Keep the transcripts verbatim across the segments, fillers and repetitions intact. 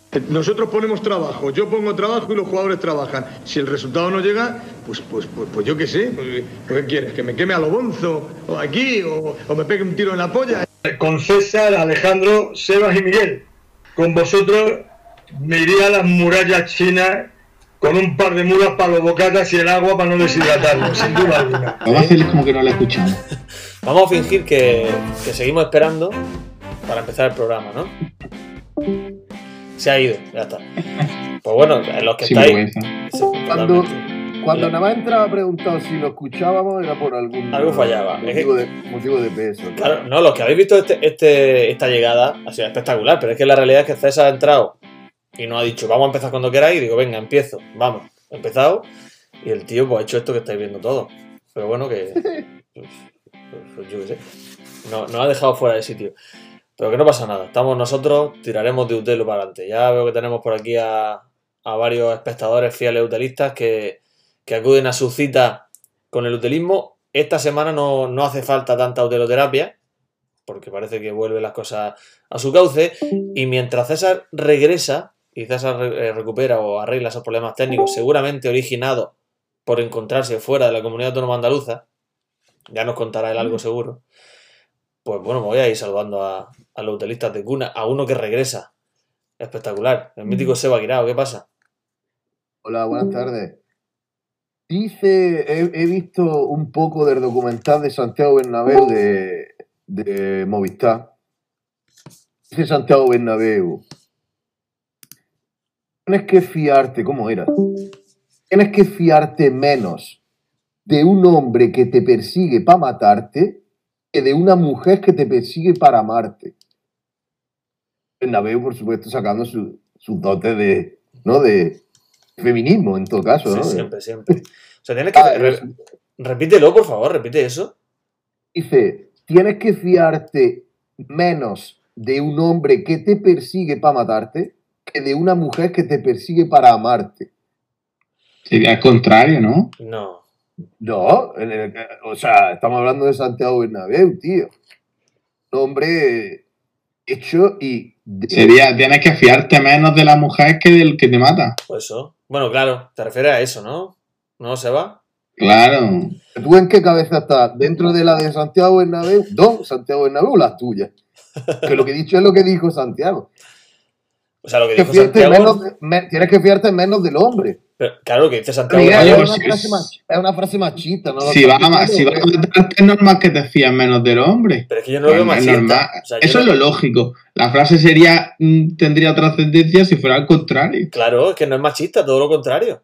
Nosotros ponemos trabajo, yo pongo trabajo y los jugadores trabajan. Si el resultado no llega, pues, pues, pues, pues yo qué sé. Pues, ¿qué quieres? ¿Que me queme a lo bonzo? ¿O aquí? ¿O, o me pegue un tiro en la polla? Con César, Alejandro, Sebas y Miguel. Con vosotros me iría a las murallas chinas con un par de mulas para los bocatas y el agua para no deshidratarlos, sin duda alguna. Vamos a hacerles como que no la escuchamos. Vamos a fingir que, que seguimos esperando para empezar el programa, ¿no? Se ha ido, ya está. Pues bueno, los que Sin estáis... vergüenza. Cuando, cuando nada más entraba a preguntar si lo escuchábamos era por algún Algo fallaba. motivo de, motivo de peso. ¿no? Claro, no, los que habéis visto este, este, esta llegada ha sido espectacular, pero es que la realidad es que César ha entrado y nos ha dicho, vamos a empezar cuando queráis, y digo, venga, empiezo, vamos, he empezado, y el tío pues ha hecho esto que estáis viendo todo. Pero bueno, que... Pues, pues yo qué sé. No, nos ha dejado fuera de sitio. Pero que no pasa nada, estamos nosotros, tiraremos de Utelo para adelante. Ya veo que tenemos por aquí a, a varios espectadores fieles utelistas que, que acuden a su cita con el utelismo. Esta semana no, no hace falta tanta uteloterapia, porque parece que vuelven las cosas a su cauce. Y mientras César regresa, y César re, recupera o arregla esos problemas técnicos, seguramente originados por encontrarse fuera de la comunidad autónoma andaluza, ya nos contará él algo seguro. Pues bueno, me voy a ir saludando a, a los utelistas de cuna, a uno que regresa. Espectacular. El mítico Seba Guirao, ¿qué pasa? Hola, buenas tardes. Dice, he, he visto un poco del documental de Santiago Bernabéu de, de Movistar. Dice Santiago Bernabéu, tienes que fiarte, ¿cómo era? Tienes que fiarte menos de un hombre que te persigue para matarte que de una mujer que te persigue para amarte. Bernabéu, por supuesto, sacando sus su dotes de, ¿no? de feminismo, en todo caso. Sí, ¿no? siempre, siempre. O sea, tienes que... Ah, re, repítelo, por favor, repite eso. Dice, tienes que fiarte menos de un hombre que te persigue para matarte que de una mujer que te persigue para amarte. Sería al contrario, ¿no? No. No, o sea, estamos hablando de Santiago Bernabéu, tío. Un hombre hecho y... De... Sería, tienes que fiarte menos de la mujer que del que te mata. Pues eso. Bueno, claro, te refieres a eso, ¿no? ¿No, Seba? Claro. ¿Tú en qué cabeza estás? ¿Dentro de la de Santiago Bernabéu? No, Santiago Bernabéu, las tuyas. Que lo que he dicho es lo que dijo Santiago. O sea, lo que que dijo Santiago... Menos, me, tienes que fiarte menos del hombre. Pero, claro, lo que dice Santiago... Mira, Bernabéu, es, una frase mach, es una frase machista. ¿no? Si vas a, si va a matarte es normal que te fíes menos del hombre. Pero es que yo no lo veo machista. O sea, eso no... es lo lógico. La frase sería tendría trascendencia si fuera al contrario. Claro, es que no es machista, todo lo contrario.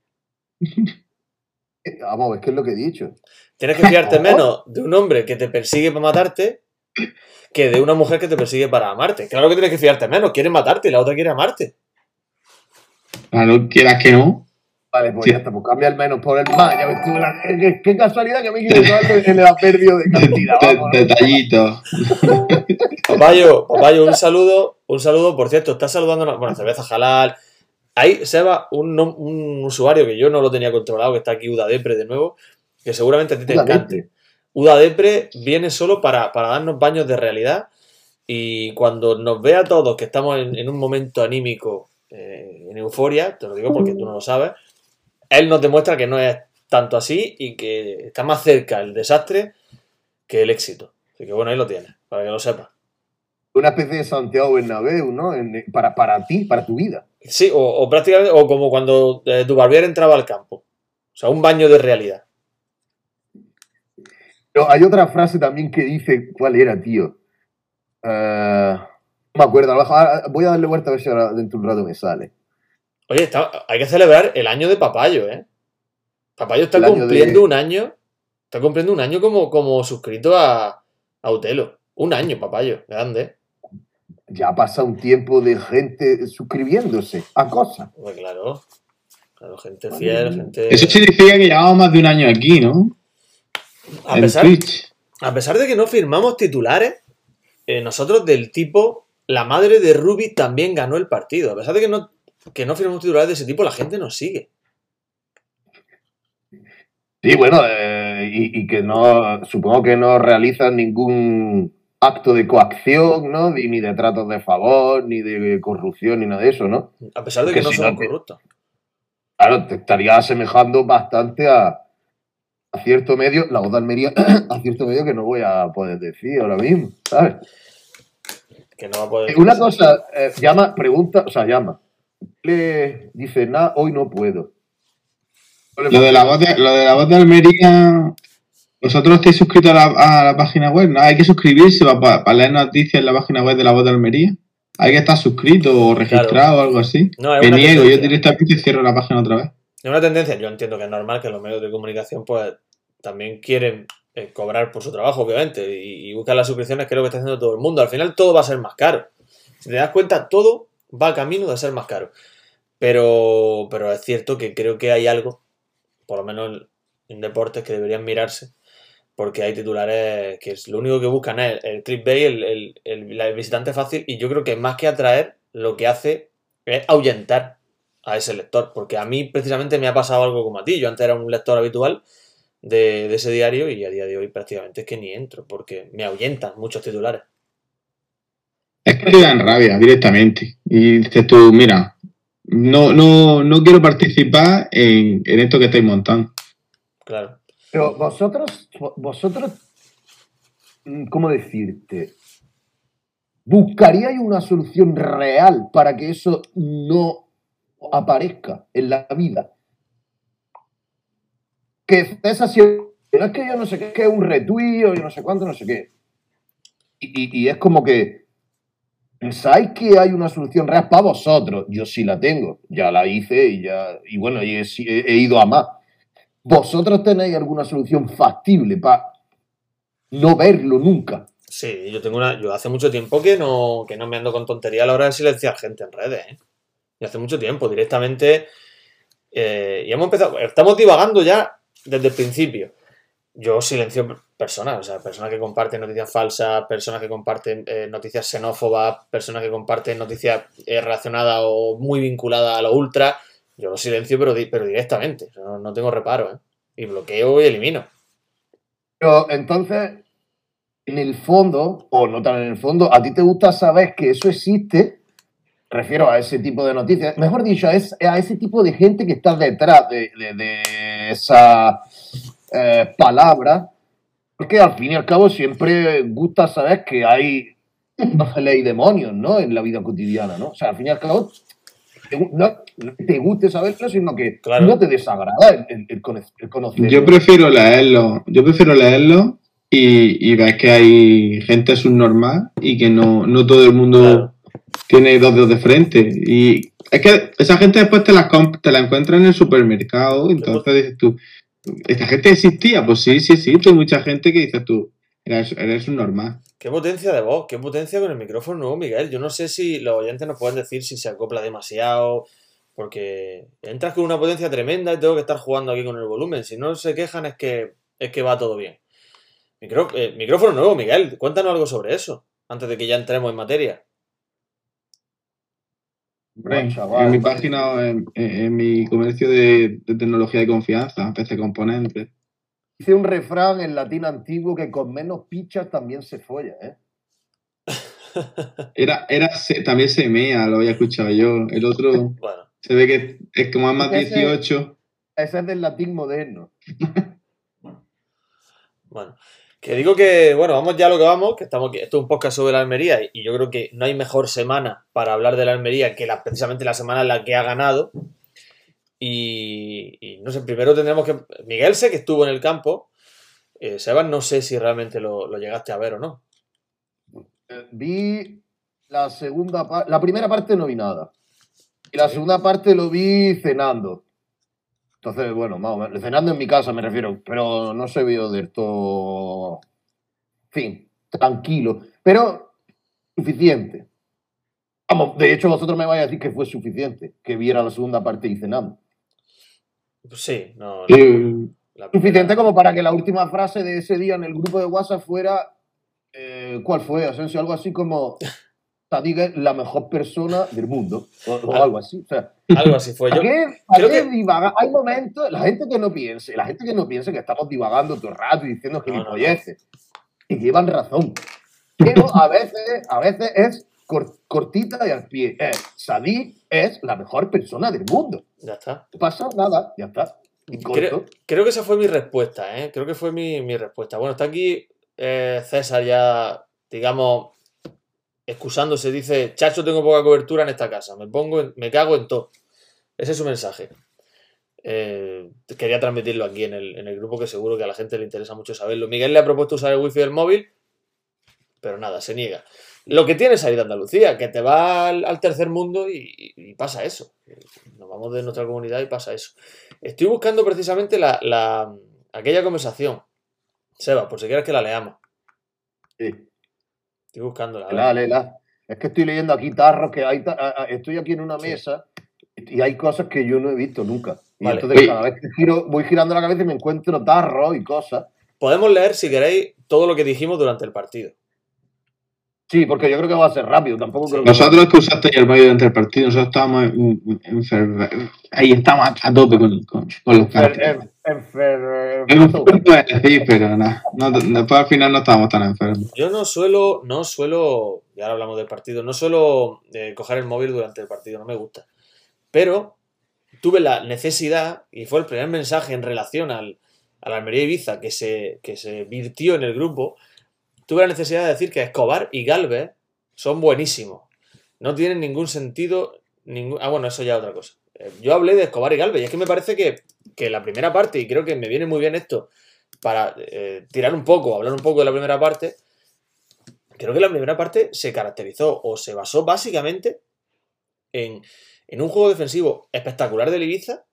Vamos a ver qué es lo que he dicho. Tienes que fiarte menos de un hombre que te persigue para matarte que de una mujer que te persigue para amarte. Claro que tienes que fiarte menos. Quiere matarte y la otra quiere amarte. Claro, quieras que no. Vale, pues sí. Ya está, pues cambia el menos por el más. Ya ves tú, la, qué, qué casualidad que me he equivocado en el aperdio de cantidad. Vamos, Detallito. Papayo, papayo, un saludo, un saludo, por cierto, está saludando, bueno, cerveza halal. Ahí, Seba, un, un usuario que yo no lo tenía controlado, que está aquí, Uda Depre de nuevo, que seguramente a ti te Uda encante. Depre. Uda Depre viene solo para, para darnos baños de realidad y cuando nos ve a todos que estamos en, en un momento anímico, eh, en euforia, te lo digo porque tú no lo sabes, él nos demuestra que no es tanto así y que está más cerca el desastre que el éxito. Así que bueno, ahí lo tienes, para que lo sepas. Una especie de Santiago Bernabéu, ¿no? En, para, para ti, para tu vida. Sí, o, o prácticamente, o como cuando eh, tu barbier entraba al campo. O sea, un baño de realidad. Pero hay otra frase también que dice, ¿cuál era, tío? Uh, no me acuerdo, voy a darle vuelta a ver si ahora dentro de un rato me sale. Oye, está, hay que celebrar el año de Papayo, ¿eh? Papayo está el cumpliendo de... un año, está cumpliendo un año como, como suscrito a, a Utelo. Un año, Papayo, grande. Ya pasa un tiempo de gente suscribiéndose a cosas. Pues claro, claro, gente fiel, gente... Eso significa que llevamos más de un año aquí, ¿no? A pesar, a pesar de que no firmamos titulares, eh, nosotros del tipo, la madre de Rubi también ganó el partido. A pesar de que no, que no firmamos titulares de ese tipo, la gente nos sigue. Sí, bueno, eh, y, y que no, supongo que no realizan ningún acto de coacción, ¿no? Ni, ni de tratos de favor, ni de corrupción, ni nada de eso, ¿no? A pesar de Porque que no si son no te- corruptos. Claro, te estaría asemejando bastante a, a cierto medio, la voz de Almería, a cierto medio que no voy a poder decir ahora mismo, ¿sabes? Que no va a poder. Eh, Una cosa, eh, llama, pregunta, o sea, llama. Le dice, nada, hoy no puedo. No le Lo de la voz de, lo de la voz de Almería, ¿vosotros estáis suscritos a la, a la página web? ¿No? Hay que suscribirse para, para leer noticias en la página web de la voz de Almería. Hay que estar suscrito o registrado o algo así. No, es Me una niego, yo tendencia. directamente cierro la página otra vez. Es una tendencia, yo entiendo que es normal que los medios de comunicación pues también quieren eh, cobrar por su trabajo, obviamente, y, y buscan las suscripciones, que es lo que está haciendo todo el mundo. Al final todo va a ser más caro. Si te das cuenta, todo va camino de ser más caro. Pero, pero es cierto que creo que hay algo, por lo menos en, en deportes, que deberían mirarse, porque hay titulares que es, lo único que buscan es el, el clickbait, el, el, el, el visitante fácil, y yo creo que más que atraer, lo que hace es ahuyentar a ese lector, porque a mí precisamente me ha pasado algo como a ti. Yo antes era un lector habitual de, de ese diario y a día de hoy prácticamente es que ni entro, porque me ahuyentan muchos titulares. Es que te dan rabia directamente. Y dices tú, mira, no, no, no quiero participar en, en esto que estáis montando. Claro. Pero vosotros, vosotros, mm, ¿cómo decirte? ¿Buscaríais una solución real para que eso no aparezca en la vida? Que es así, no es que yo no sé qué, es que es un retuit o yo no sé cuánto, no sé qué. Y, y- y es como que, ¿pensáis que hay una solución real para vosotros? Yo sí la tengo, ya la hice y ya, y bueno, y he, he- he ido a más. ¿Vosotros tenéis alguna solución factible para no verlo nunca? Sí, yo tengo una. Yo hace mucho tiempo que no, que no me ando con tontería a la hora de silenciar gente en redes, ¿eh? Y hace mucho tiempo, directamente. Eh, y hemos empezado. Estamos divagando ya desde el principio. Yo silencio personas, o sea, personas que comparten noticias falsas, personas que comparten eh, noticias xenófobas, personas que comparten noticias eh, relacionadas o muy vinculadas a lo ultra. Yo lo silencio, pero, di- pero directamente. O sea, no, no tengo reparo, ¿eh? Y bloqueo y elimino. Pero entonces, en el fondo, o no tan en el fondo, a ti te gusta saber que eso existe, refiero a ese tipo de noticias, mejor dicho, a, es- a ese tipo de gente que está detrás de, de- de esa eh, palabra, porque al fin y al cabo siempre gusta saber que hay ángeles y demonios, ¿no? En la vida cotidiana, ¿no? O sea, al fin y al cabo, te, gu- no te guste saberlo, sino que Claro. no te desagrada el, el- el cono- el conocerlo. Yo prefiero leerlo, yo prefiero leerlo y, y ves que hay gente subnormal y que no, no todo el mundo Claro. tiene dos dedos de frente. Y es que esa gente después te la, comp- te la encuentras en el supermercado, entonces dices tú, ¿esta gente existía? Pues sí, sí existe, hay mucha gente que dices tú, eres, eres un normal. Qué potencia de voz, qué potencia con el micrófono nuevo, Miguel. Yo no sé si los oyentes nos pueden decir si se acopla demasiado, porque entras con una potencia tremenda y tengo que estar jugando aquí con el volumen. Si no se quejan es que es que va todo bien. Micro- eh, micrófono nuevo, Miguel. Cuéntanos algo sobre eso, antes de que ya entremos en materia. Buen chaval, en mi hombre. página, o en, en- en mi comercio de, de tecnología de confianza, P C Componentes. Dice un refrán en latín antiguo que con menos pichas también se folla, ¿eh? Era, era, se- también se mea, lo había escuchado yo. El otro Bueno, se ve que es como es más Ese- dieciocho. Ese es del latín moderno. bueno. Que digo que, bueno, vamos ya a lo que vamos, que estamos aquí. Esto es un podcast sobre la Almería y, y yo creo que no hay mejor semana para hablar de la Almería que la, precisamente la semana en la que ha ganado. Y, y no sé, primero tendremos que... Miguel sé que estuvo en el campo. Eh, Sebas, no sé si realmente lo, lo llegaste a ver o no. Eh, vi la segunda parte, la primera parte no vi nada. Y la segunda parte lo vi cenando. Entonces, bueno, más o menos, cenando en mi casa me refiero, pero no se vio del todo, en fin, tranquilo, pero suficiente. Vamos, de hecho vosotros me vais a decir que fue suficiente, que viera la segunda parte y cenando. Pues sí, no. Sí, la primera- Suficiente como para que la última frase de ese día en el grupo de WhatsApp fuera, eh, ¿cuál fue, Asensio? Algo así como, Sadik es la mejor persona del mundo, o, o algo así. O sea, Algo así fue yo. ¿para qué, para creo qué que- divagar? Hay momentos, la gente que no piense, la gente que no piense que estamos divagando todo el rato y diciendo No, no, no. gilipolleces, y llevan razón. Pero a veces, a veces es cor- cortita y al pie. Eh, Sadik es la mejor persona del mundo. Ya está. No pasa nada, ya está. Y Creo, corto. creo que esa fue mi respuesta, ¿eh? Creo que fue mi, mi respuesta. Bueno, está aquí eh, César ya, digamos, excusándose. Dice, chacho, tengo poca cobertura en esta casa. Me pongo, en- me cago en todo. Ese es su mensaje. Eh, quería transmitirlo aquí en el, en el grupo, que seguro que a la gente le interesa mucho saberlo. Miguel le ha propuesto usar el wifi del móvil, pero nada, se niega. Lo que tienes ahí de Andalucía, que te va al, al tercer mundo y, y- y pasa eso. Nos vamos de nuestra comunidad y pasa eso. Estoy buscando precisamente la, la- aquella conversación. Seba, por si quieres que la leamos. Sí. Estoy buscándola. a ver. Léela, léela. Es que estoy leyendo aquí tarros que hay. ta- a- a- Estoy aquí en una Sí. mesa y hay cosas que yo no he visto nunca. Y Vale. entonces Oye. cada vez que giro, voy girando la cabeza y me encuentro tarros y cosas. Podemos leer, si queréis, todo lo que dijimos durante el partido. Sí, porque yo creo que va a ser rápido. Tampoco Sí. creo que. Vosotros que usasteis el medio durante el partido, nosotros estábamos en- enfermos. Ahí estamos a tope con, con, con los Enfer, partidos. en- enfer- Enfermo es decir, pero nada. No, después al final no estábamos tan enfermos. Yo no suelo, no suelo, y ahora hablamos del partido, no suelo eh, coger el móvil durante el partido, no me gusta. Pero tuve la necesidad, y fue el primer mensaje en relación al, a la Almería Ibiza que se, que se virtió en el grupo, tuve la necesidad de decir que Escobar y Galvez son buenísimos. No tienen ningún sentido, ningún... Ah, bueno, eso ya es otra cosa. Eh, Yo hablé de Escobar y Galvez, y es que me parece que, que la primera parte, y creo que me viene muy bien esto, para eh, tirar un poco, hablar un poco de la primera parte, creo que la primera parte se caracterizó o se basó básicamente en, en un juego defensivo espectacular del Ibiza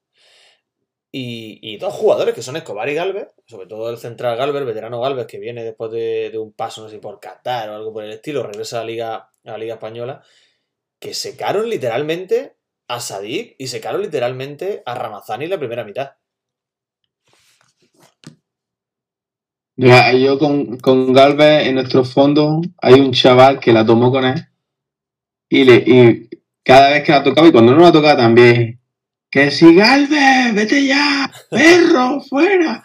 y, y dos jugadores que son Escobar y Galvez, sobre todo el central Galvez, veterano Galvez, que viene después de, de un paso, no sé, por Qatar o algo por el estilo, regresa a la Liga, a la Liga Española, que secaron literalmente a Sadik y secaron literalmente a Ramazani en la primera mitad. Ya, yo con, con Galvez en nuestro fondo hay un chaval que la tomó con él y, le, y cada vez que la tocaba, y cuando no la tocaba también, que si Galvez, vete ya, perro, fuera.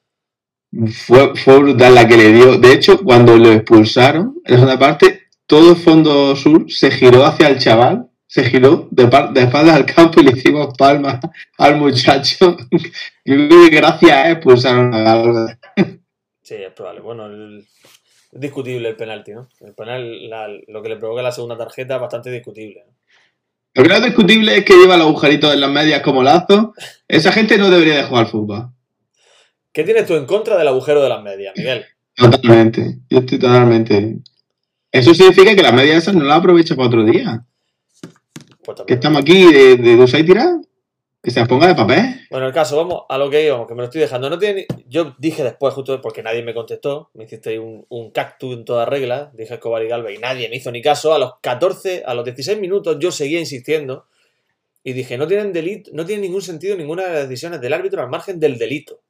Fue, fue brutal la que le dio. De hecho, cuando lo expulsaron, en la segunda parte, todo el fondo sur se giró hacia el chaval, se giró de, par, de espaldas al campo y le hicimos palmas al muchacho. Yo creo que gracias a él expulsaron a Galvez. Sí, es probable. Bueno, el- es discutible el penalti, ¿no? El penal, la- lo que le provoca la segunda tarjeta es bastante discutible, ¿no? Lo que no es discutible es que lleva los agujeritos en las medias como lazo. Esa gente no debería de jugar al fútbol. ¿Qué tienes tú en contra del agujero de las medias, Miguel? Totalmente. Yo estoy totalmente. Eso significa que las medias esas no las aprovecha para otro día. Pues Que también. estamos aquí de, de, de usar y tirar. Que se las ponga de papel. Bueno, el caso, vamos a lo que íbamos, que me lo estoy dejando. No tiene ni- Yo dije después, justo porque nadie me contestó, me hiciste un, un cactus en toda regla, dije Escobar y Galvez y nadie me hizo ni caso. A los catorce, a los dieciséis minutos yo seguía insistiendo y dije, no tienen delito, no tiene ningún sentido ninguna de las decisiones del árbitro al margen del delito.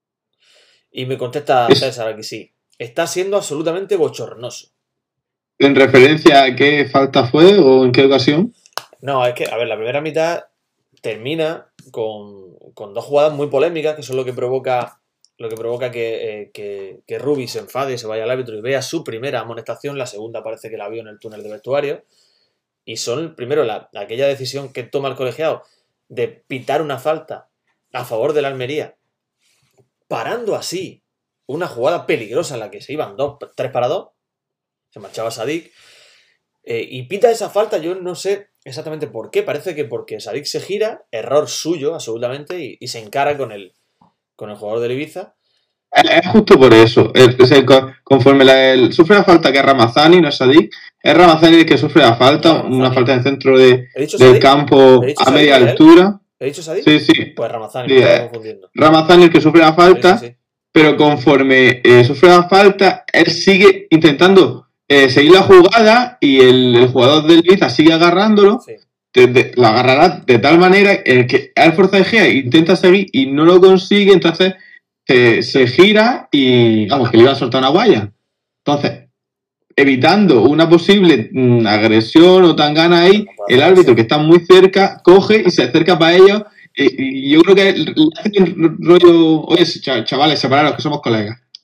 Y me contesta Es- César aquí sí. Está siendo absolutamente bochornoso. ¿En referencia a qué falta fue o en qué ocasión? No, es que, a ver, la primera mitad termina con, con dos jugadas muy polémicas, que son lo que provoca lo que provoca que, eh, que, que Rubi se enfade y se vaya al árbitro y vea su primera amonestación. La segunda parece que la vio en el túnel de vestuario. Y son, primero, la, aquella decisión que toma el colegiado de pitar una falta a favor de la Almería, parando así una jugada peligrosa en la que se iban dos, tres para dos, se marchaba Sadik, eh, y pita esa falta, yo no sé exactamente por qué, parece que porque Sadik se gira, error suyo absolutamente, y, y se encara con el, con el jugador del Ibiza. Es, es justo por eso. Es, es el, conforme la, el, sufre la falta que es Ramazani, no es Sadik, es Ramazani el que sufre la falta, Ramazani. una falta en el centro de, ¿He dicho del Sadik? campo ¿He dicho a Sadik, media Miguel? altura. ¿He dicho Sadik? Sí, sí. Pues Ramazani, Sí, me estoy eh. confundiendo. Ramazani el que sufre la falta, Sí, sí, sí. pero conforme eh, sufre la falta, él sigue intentando eh, seguir la jugada y el, el jugador del Ibiza sigue agarrándolo. Sí. Te- te- lo agarrará de tal manera el que al forcejea e intenta seguir y no lo consigue, entonces se, se gira y vamos, que le iba a soltar una guaya. Entonces, evitando una posible mm, agresión o tangana ahí, el árbitro que está muy cerca coge y se acerca para ellos y, y yo creo que le hace un rollo, oye, cha- chavales, separaros que somos colegas.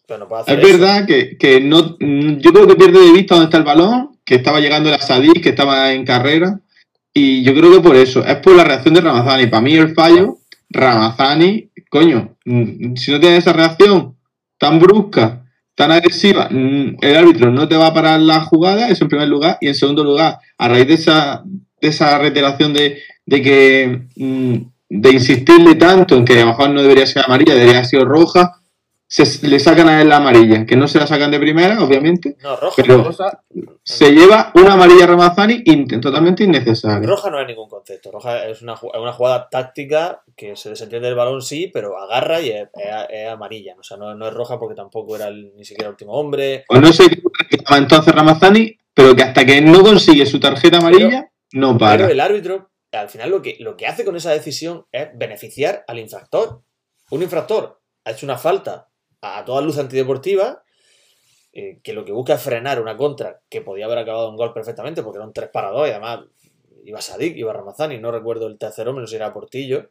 Pero no puede hacer Es eso. verdad que, que no, yo creo que pierde de vista dónde está el balón, que estaba llegando el Asadí, que estaba en carrera, y yo creo que por eso, es por la reacción de Ramazani. Para mí el fallo, Ramazani, coño, mm, si no tienes esa reacción tan brusca, tan agresiva, mm, el árbitro no te va a parar la jugada, eso en primer lugar, y en segundo lugar, a raíz de esa, de esa reiteración de, de que mm, de insistirle tanto en que a lo mejor no debería ser amarilla, debería haber sido roja, se le sacan a él la amarilla, que no se la sacan de primera, obviamente, No, roja. pero Cosa- se lleva una amarilla a Ramazani in- totalmente innecesaria. Roja no es ningún concepto. Roja es una, ju- es una jugada táctica que se desentiende del balón, sí, pero agarra y es, es- es amarilla. O sea, no, no es roja porque tampoco era el- ni siquiera el último hombre. O no sé qué estaba entonces Ramazani, pero que hasta que no consigue su tarjeta amarilla, no para. Pero el árbitro, al final, lo que, lo que hace con esa decisión es beneficiar al infractor. Un infractor ha hecho una falta a toda luz antideportiva, eh, que lo que busca es frenar una contra que podía haber acabado en gol perfectamente, porque eran tres para dos, y además iba Sadik, iba Ramazani, no recuerdo el tercer hombre, no sé si era Portillo,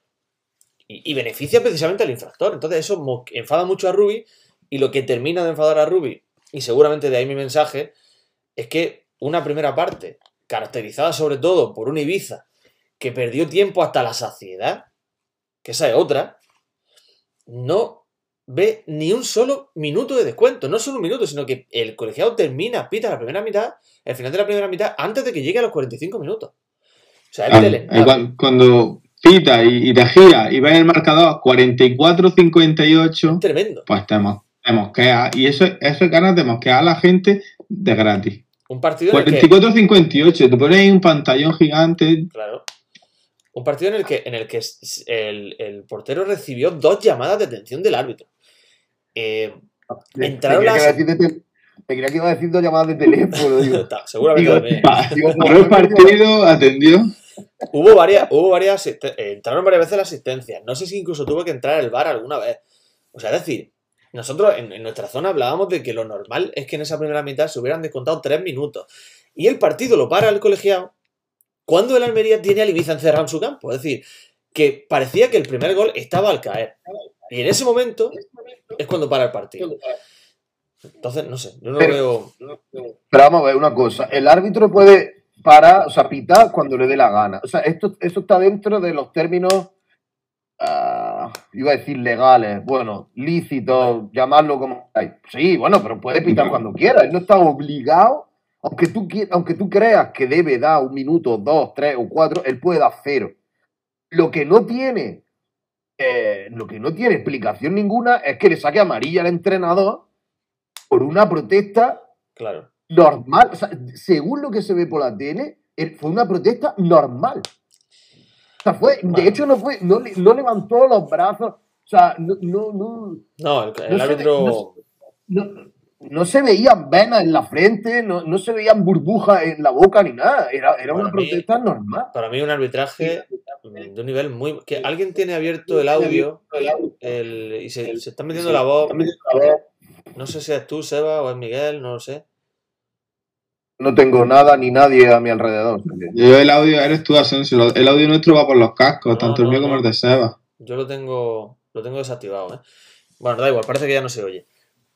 y, y beneficia precisamente al infractor. Entonces eso mo- enfada mucho a Rubi, y lo que termina de enfadar a Rubi, y seguramente de ahí mi mensaje, es que una primera parte, caracterizada sobre todo por un Ibiza que perdió tiempo hasta la saciedad, que esa es otra, no ve ni un solo minuto de descuento. No solo un minuto, sino que el colegiado termina, pita la primera mitad, el final de la primera mitad, antes de que llegue a los cuarenta y cinco minutos. O sea, es Claro, deleznable. ahí cuan- cuando pita y, y te gira y ves el marcador cuarenta y cuatro cincuenta y ocho, Es tremendo. pues te, mos- te mosqueas. Y eso, eso es ganas de mosquear a la gente de gratis. Un partido en el que... cuarenta y cuatro cincuenta y ocho, te pones ahí un pantallón gigante. Claro. Un partido en el que, en el que s- el, el portero recibió dos llamadas de atención del árbitro. Eh, Te- Entraron te creía las- que iba a decir de tel- te creía que iba a decir dos llamadas de teléfono. Digo, ta- seguramente Digo, también. Pa- digo, Paró el partido, atendió. Hubo varias, hubo varias, asiste- eh, entraron varias veces las asistencias. No sé si incluso tuvo que entrar el V A R alguna vez. O sea, es decir, nosotros en, en nuestra zona hablábamos de que lo normal es que en esa primera mitad se hubieran descontado tres minutos. Y el partido lo para el colegiado cuando el Almería tiene al Ibiza encerrado en su campo. Es decir, que parecía que el primer gol estaba al caer. Y en ese momento es cuando para el partido. Entonces, no sé, yo no lo Pero- veo. Pero vamos a ver una cosa. El árbitro puede parar, o sea, pitar cuando le dé la gana. O sea, esto, esto está dentro de los términos, ah, iba a decir legales, bueno, lícitos, llamarlo como... Ay, sí, bueno, pero puede pitar cuando quiera. Él no está obligado, aunque tú, qui- aunque tú creas que debe dar un minuto, dos, tres o cuatro, él puede dar cero. Lo que no tiene, eh, lo que no tiene explicación ninguna es que le saque amarilla al entrenador por una protesta Claro. normal. O sea, según lo que se ve por la tele, eh, fue una protesta normal. O sea, fue, de hecho, no fue, no, le- no levantó los brazos. O sea, no, no, no, No, el, el No se ve- árbitro. no, no se veían venas en la frente, no, no se veían burbujas en la boca ni nada. Era, era una Para mí- protesta normal. Para mí, un arbitraje mm, de un nivel muy. Que alguien tiene abierto el audio el, y se, se está metiendo la voz. No sé si es tú, Seba, o es Miguel, no lo sé. No tengo nada ni nadie a mi alrededor. o sea que- Yo el audio, eres tú, Asensio. El audio nuestro va por los cascos, No, tanto el no, mío como no. el de Seba. Yo lo tengo, lo tengo desactivado, ¿eh? Bueno, da igual, parece que ya no se oye.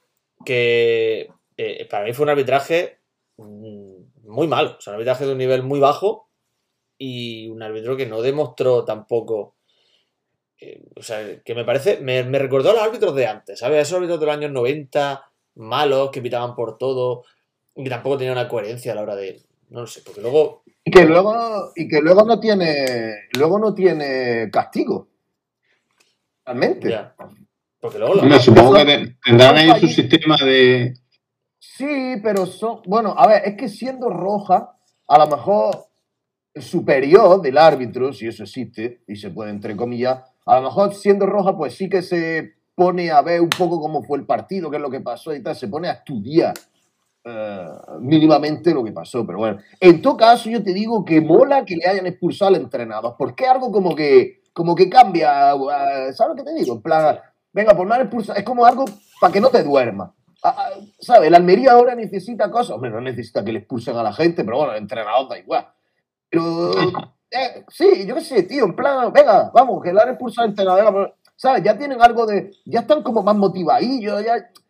Que eh, para mí fue un arbitraje mm, muy malo. O sea, un arbitraje de un nivel muy bajo y un árbitro que no demostró tampoco. eh, o sea, que me parece. Me, me recordó a los árbitros de antes, ¿sabes? Esos árbitros de los años noventa, malos, que pitaban por todo y que tampoco tenían una coherencia a la hora de. No lo sé, porque luego. Y que luego, y que luego no tiene, luego no tiene castigo. Realmente. Ya. Porque luego. lo- Hombre, supongo son- que te- tendrán ahí son su fallidos. sistema de. Sí, pero son. Bueno, a ver, es que siendo roja, a lo mejor el superior del árbitro, si eso existe, y se puede entre comillas, a lo mejor siendo roja, pues sí que se pone a ver un poco cómo fue el partido, qué es lo que pasó y tal, se pone a estudiar eh, mínimamente lo que pasó. Pero bueno, en todo caso, yo te digo que mola que le hayan expulsado al entrenador, porque es algo como que, como que cambia, eh, ¿sabes lo que te digo? En plan, venga, por no expulsar, es como algo para que no te duermas. Ah, ah, ¿sabes? El Almería ahora necesita cosas. Hombre, no necesita que le expulsen a la gente, pero bueno, el entrenador da igual. Pero, eh, sí, yo qué sé, tío, en plan, venga, vamos, que le han expulsado al entrenador. ¿Sabes? Ya tienen algo de. Ya están como más motivadillos, ya.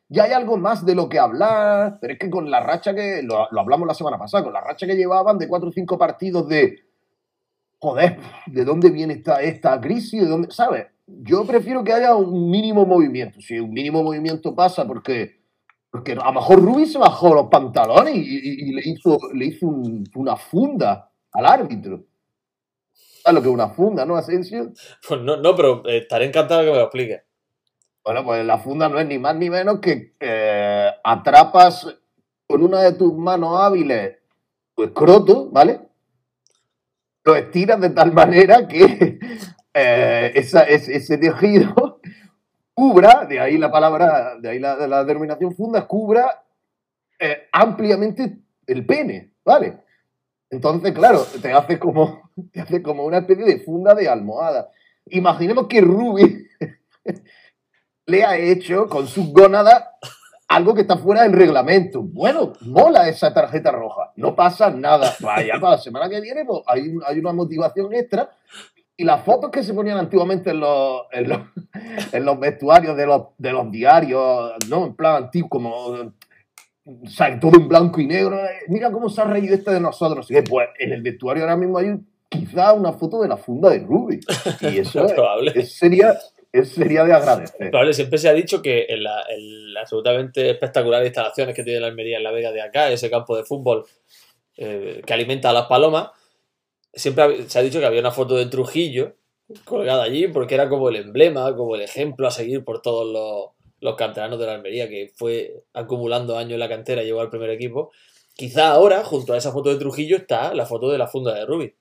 ya hay algo más de lo que hablar, pero es que con la racha que, lo, lo hablamos la semana pasada, con la racha que llevaban de cuatro o cinco partidos de, joder, ¿de dónde viene esta, esta crisis? ¿De dónde, ¿sabes? Yo prefiero que haya un mínimo movimiento. Si un mínimo movimiento pasa porque, porque a lo mejor Rubí se bajó los pantalones y, y- y le hizo, le hizo un- una funda al árbitro. ¿Sabes lo que es una funda, no, Asensio? Pues no, no, pero eh, estaré encantado de que me lo expliques. Bueno, pues la funda no es ni más ni menos que eh, atrapas con una de tus manos hábiles tu escroto, ¿vale? Lo estiras de tal manera que eh, esa, ese, ese tejido cubra, de ahí la palabra, de ahí la, la denominación funda, cubra eh, ampliamente el pene, ¿vale? Entonces, claro, te hace como, te hace como una especie de funda de almohada. Imaginemos que Ruby le ha hecho con sus gónadas algo que está fuera del reglamento. Bueno, mola esa tarjeta roja, no pasa nada. Vaya, para la semana que viene pues, hay, un- hay una motivación extra. Y las fotos que se ponían antiguamente en los, en los, en los vestuarios de los, de los diarios, ¿no? En plan antiguo, como, o sea, todo en blanco y negro. eh, Mira cómo se ha reído este de nosotros. Así que, pues, en el vestuario ahora mismo hay quizá una foto de la funda de Ruby. Y eso, Es es- probable. eso sería, eso sería de Es agradecer. probable. Siempre se ha dicho que en las la absolutamente espectaculares instalaciones que tiene la Almería en la Vega de acá, ese campo de fútbol eh, que alimenta a las palomas, siempre hab- se ha dicho que había una foto de Trujillo colgada allí porque era como el emblema, como el ejemplo a seguir por todos los, los canteranos de la Almería, que fue acumulando años en la cantera y llegó al primer equipo. Quizá ahora, junto a esa foto de Trujillo, está la foto de la funda de Rubi.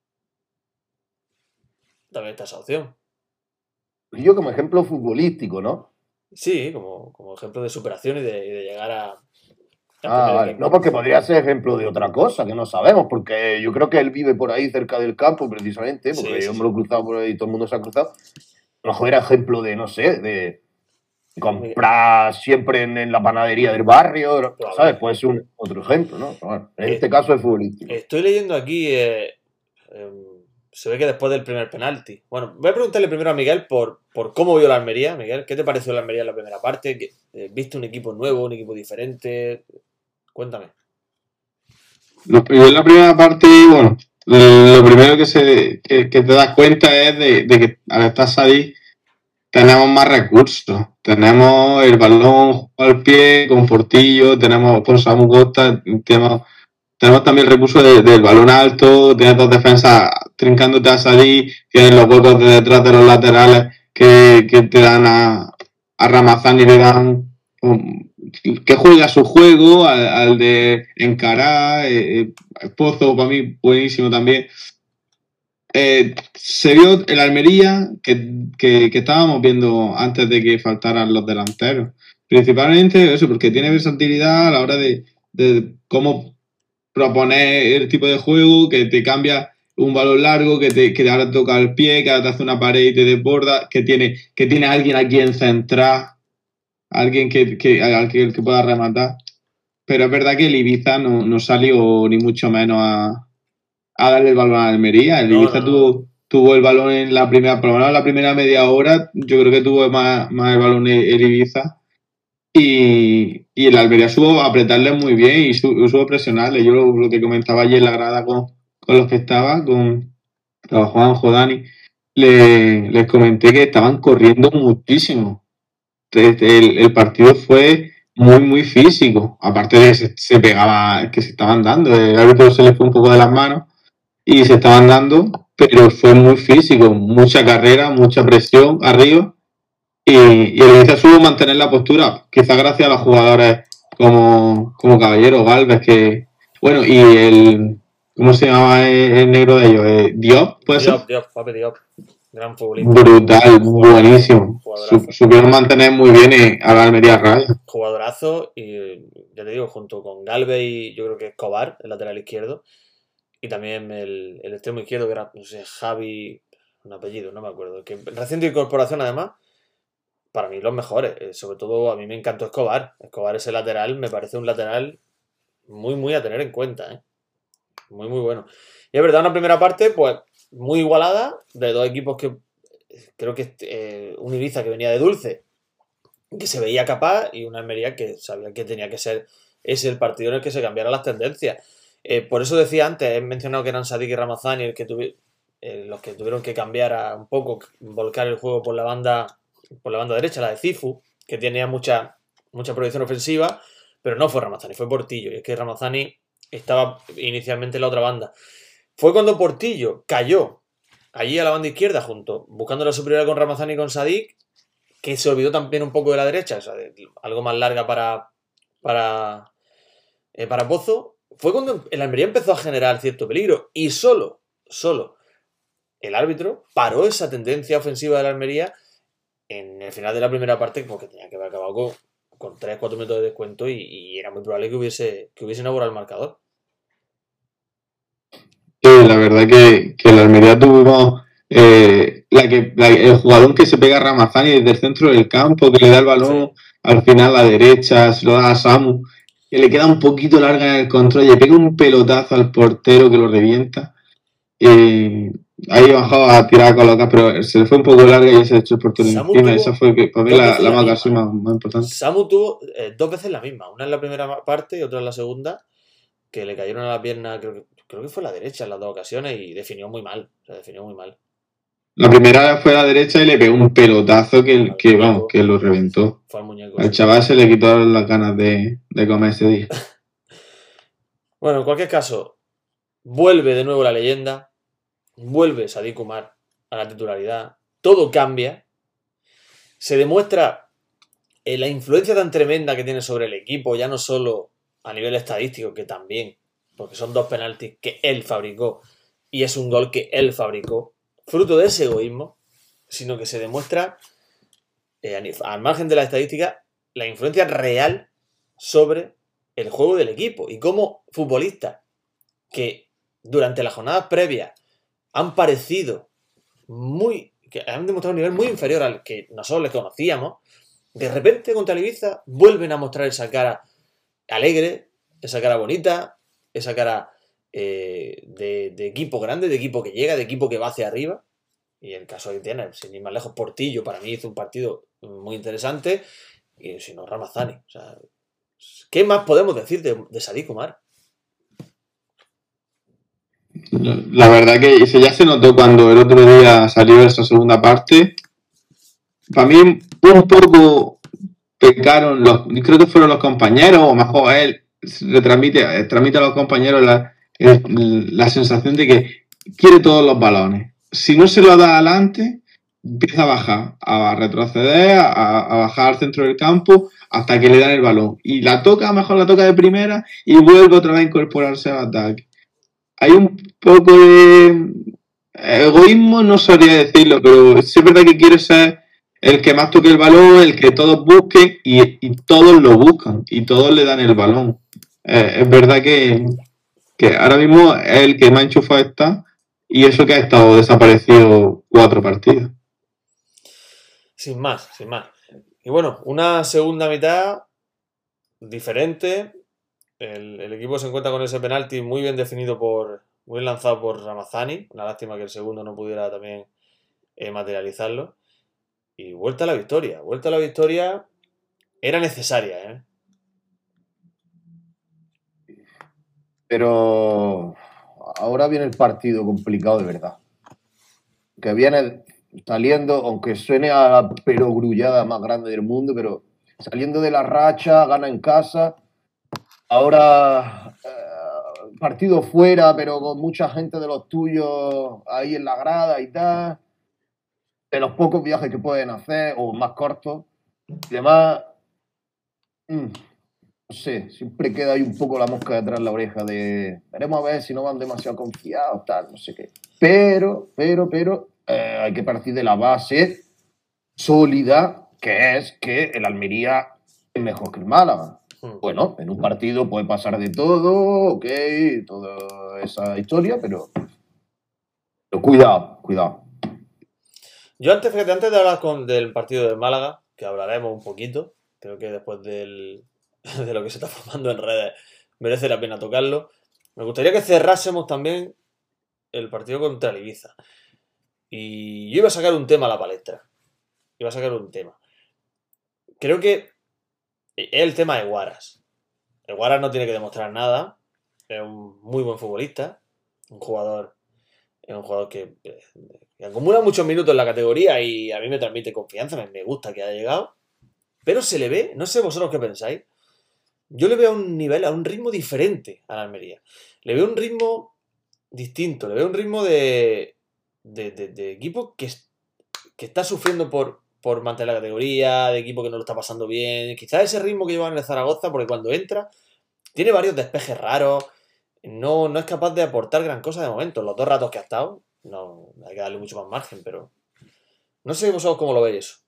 También está esa opción. Y yo como ejemplo futbolístico, ¿no? Sí, como, como ejemplo de superación y de, y de llegar a, al Ah, primer vale. equipo. No, porque podría ser ejemplo de otra cosa que no sabemos, porque yo creo que él vive por ahí cerca del campo, precisamente, porque Sí, sí, yo me sí. lo he cruzado por ahí, todo el mundo se ha cruzado. A lo mejor era ejemplo de, no sé, de comprar siempre en, en la panadería del barrio, Probable. ¿sabes? Puede ser un, otro ejemplo, ¿no? Pero bueno, en Eh, este caso es futbolístico. Estoy leyendo aquí. eh, em, se ve que después del primer penalti. Bueno, voy a preguntarle primero a Miguel por, por cómo vio la Almería. Miguel, ¿qué te pareció la Almería en la primera parte? ¿Qué- eh, ¿Viste un equipo nuevo, un equipo diferente? Cuéntame. Lo, yo en la primera parte, bueno, lo, lo primero que, se, que, que te das cuenta es de, de que al estar Sadik tenemos más recursos. Tenemos el balón al pie con Portillo, tenemos con Samu Costa, tenemos, tenemos también el recurso de- del balón alto, tienes dos defensas trincándote a Sadik, tienes los huecos de detrás de los laterales que, que te dan a, a Ramazán y le dan um, que juega su juego al, al de encarar, eh, eh, Pozo para mí buenísimo también. Eh, se vio el Almería que, que, que estábamos viendo antes de que faltaran los delanteros. Principalmente eso, porque tiene versatilidad a la hora de, de cómo proponer el tipo de juego, que te cambia un balón largo, que te, que ahora te toca el pie, que ahora te hace una pared y te desborda, que tiene, que tiene alguien aquí en central, alguien que, que, al que, que pueda rematar. Pero es verdad que el Ibiza no, no salió ni mucho menos a, a darle el balón a Almería. El No, Ibiza no, no. tuvo, tuvo el balón en la primera, por lo menos en la primera media hora, yo creo que tuvo más, más el balón el, el Ibiza. Y, y el Almería supo apretarle muy bien y su- supo presionarle. Yo lo, lo que comentaba ayer en la grada con, con los que estaba, con, con Juanjo, Dani, le, les comenté que estaban corriendo muchísimo. Este, El, el partido fue muy, muy físico. Aparte de que se, se pegaba, que se estaban dando. El árbitro se le fue un poco de las manos y se estaban dando, pero fue muy físico. Mucha carrera, mucha presión arriba. Y, y el Ibiza supo mantener la postura, quizás gracias a los jugadores como, como Caballero, Galvez, que. Bueno, y el. ¿Cómo se llamaba el, el negro de ellos? Eh, Diop, ¿puede ser? Diop, Diop, papi Diop. Gran futbolista. Brutal, Jugadorazo, buenísimo. jugadorazo. Su- supieron mantener muy bien eh, a la Almería Raya. Jugadorazo y ya te digo, junto con Galvez y yo creo que Escobar, el lateral izquierdo, y también el, el extremo izquierdo que era, no sé, Javi, un apellido, no me acuerdo, que reciente incorporación además, para mí los mejores, eh, sobre todo a mí me encantó Escobar, Escobar ese lateral, me parece un lateral muy muy a tener en cuenta, ¿eh? Muy muy bueno. Y es verdad, una primera parte pues muy igualada, de dos equipos que creo que eh, un Ibiza que venía de dulce, que se veía capaz y una Almería que sabía que tenía que ser ese el partido en el que se cambiaran las tendencias. Eh, por eso decía antes, he mencionado que eran Sadik y Ramazani el que tuvi, eh, los que tuvieron que cambiar a un poco, volcar el juego por la banda por la banda derecha, la de Cifu, que tenía mucha, mucha proyección ofensiva, pero no fue Ramazani, fue Portillo. Y es que Ramazani estaba inicialmente en la otra banda. Fue cuando Portillo cayó allí a la banda izquierda, junto, buscando la superioridad con Ramazani y con Sadik, que se olvidó también un poco de la derecha, o sea, de, algo más larga para, para, eh, para Pozo. Fue cuando el Almería empezó a generar cierto peligro y solo, solo el árbitro paró esa tendencia ofensiva de la Almería en el final de la primera parte, porque tenía que haber acabado con, con tres cuatro minutos de descuento y, y era muy probable que hubiese, que hubiesen borrado el marcador. Sí, la verdad que, que la Almería tuvimos eh, la que, la, el jugador que se pega a Ramazani desde el centro del campo, que le da el balón sí. Al final a la derecha, se lo da a Samu, que le queda un poquito larga en el control y le pega un pelotazo al portero que lo revienta. Eh, ahí bajó a tirar a colocar, pero se le fue un poco larga y se echó el portero Samu encima. Esa fue que, para mí la, la, la más, misma, más, más importante. Samu tuvo eh, dos veces la misma, una en la primera parte y otra en la segunda, que le cayeron a la pierna, creo que, creo que fue la derecha en las dos ocasiones y definió muy mal. Se definió muy mal. La primera fue a la derecha y le pegó un pelotazo que, que vamos, que lo reventó. Fue al muñeco. Al sí. chaval se le quitó las ganas de, de comer ese día. Bueno, en cualquier caso, vuelve de nuevo la leyenda, vuelve Sadik Umar a la titularidad, todo cambia, se demuestra eh, la influencia tan tremenda que tiene sobre el equipo, ya no solo a nivel estadístico, que también, porque son dos penaltis que él fabricó y es un gol que él fabricó, fruto de ese egoísmo, sino que se demuestra, eh, al margen de la estadística, la influencia real sobre el juego del equipo y cómo futbolistas que durante las jornadas previas han parecido muy, que han demostrado un nivel muy inferior al que nosotros les conocíamos, de repente contra el Ibiza vuelven a mostrar esa cara alegre, esa cara bonita, esa cara eh, de, de equipo grande, de equipo que llega, de equipo que va hacia arriba. Y el caso que tiene, sin ir más lejos, Portillo para mí hizo un partido muy interesante, y si no, Ramazani. O sea, ¿qué más podemos decir de, de Sadik Umar? La verdad que ya se notó cuando el otro día salió esa segunda parte. Para mí un poco pecaron los, creo que fueron los compañeros, o mejor él le transmite, transmite a los compañeros la, la sensación de que quiere todos los balones. Si no se lo da adelante, empieza a bajar, a retroceder, a, a bajar al centro del campo hasta que le dan el balón. Y la toca, mejor la toca de primera y vuelve otra vez a incorporarse al ataque. Hay un poco de egoísmo, no sabría decirlo, pero sí es verdad que quiere ser el que más toque el balón, el que todos busquen y, y todos lo buscan y todos le dan el balón. Eh, es verdad que, que ahora mismo es el que más enchufado está y eso que ha estado desaparecido cuatro partidos. Sin más, sin más. Y bueno, una segunda mitad diferente. El, el equipo se encuentra con ese penalti muy bien definido por, muy bien lanzado por Ramazani. Una lástima que el segundo no pudiera también eh, materializarlo. Y vuelta a la victoria. Vuelta a la victoria era necesaria, ¿eh? Pero ahora viene el partido complicado de verdad. Que viene saliendo, aunque suene a la perogrullada más grande del mundo, pero saliendo de la racha, gana en casa. Ahora eh, partido fuera, pero con mucha gente de los tuyos ahí en la grada y tal. De los pocos viajes que pueden hacer, o más cortos. Y además, mmm, no sé, siempre queda ahí un poco la mosca detrás de la oreja de veremos a ver si no van demasiado confiados, tal, no sé qué. Pero, pero, pero, eh, hay que partir de la base sólida, que es que el Almería es mejor que el Málaga. Bueno, en un partido puede pasar de todo, ok, toda esa historia, pero, pero cuidado, cuidado. Yo antes, fíjate, antes de hablar con, del partido del Málaga, que hablaremos un poquito, creo que después del, de lo que se está formando en redes merece la pena tocarlo, me gustaría que cerrásemos también el partido contra el Ibiza. Y yo iba a sacar un tema a la palestra. Iba a sacar un tema. creo que es el tema de Guaras. El Guaras no tiene que demostrar nada. Es un muy buen futbolista. Un jugador. Es un jugador que, que acumula muchos minutos en la categoría y a mí me transmite confianza. Me, me gusta que haya llegado. Pero se le ve, no sé vosotros qué pensáis. Yo le veo a un nivel, a un ritmo diferente a la Almería. Le veo un ritmo distinto. Le veo un ritmo de, de, de, de equipo que, que está sufriendo por, por mantener la categoría, de equipo que no lo está pasando bien. Quizás ese ritmo que lleva en el Zaragoza, porque cuando entra, tiene varios despejes raros. No, no es capaz de aportar gran cosa de momento. Los dos ratos que ha estado, no hay que darle mucho más margen, pero no sé vosotros cómo lo veis eso.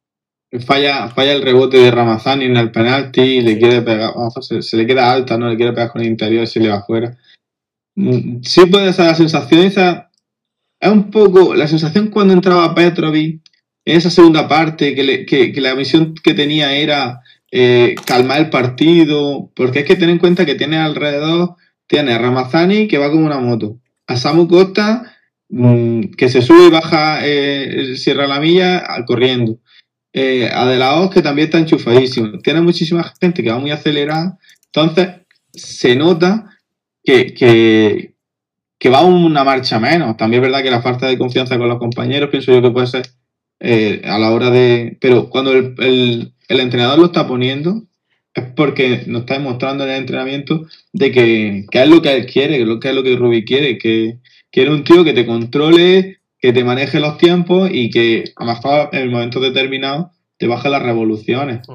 Falla, falla el rebote de Ramazani en el penalti, le Sí. quiere pegar, se, se le queda alta, no le quiere pegar con el interior y se le va afuera. Mm, Sí puede ser la sensación esa, es un poco la sensación cuando entraba Petrovic en esa segunda parte, que, le, que, que la misión que tenía era eh, calmar el partido, porque es que ten en cuenta que tiene alrededor, tiene a Ramazani que va como una moto, a Samu Costa mmm, que se sube y baja eh, Sierra la Milla al corriendo. Eh, a De La Hoz, que también está enchufadísimo. Tiene muchísima gente que va muy acelerada. Entonces, se nota que, que, que va una marcha menos. También es verdad que la falta de confianza con los compañeros, pienso yo que puede ser eh, a la hora de... Pero cuando el, el, el entrenador lo está poniendo, es porque nos está demostrando en el entrenamiento de que, que es lo que él quiere, que, lo, que es lo que Rubí quiere, que quiere un tío que te controle, que te maneje los tiempos y que a lo mejor en el momento determinado te baje las revoluciones.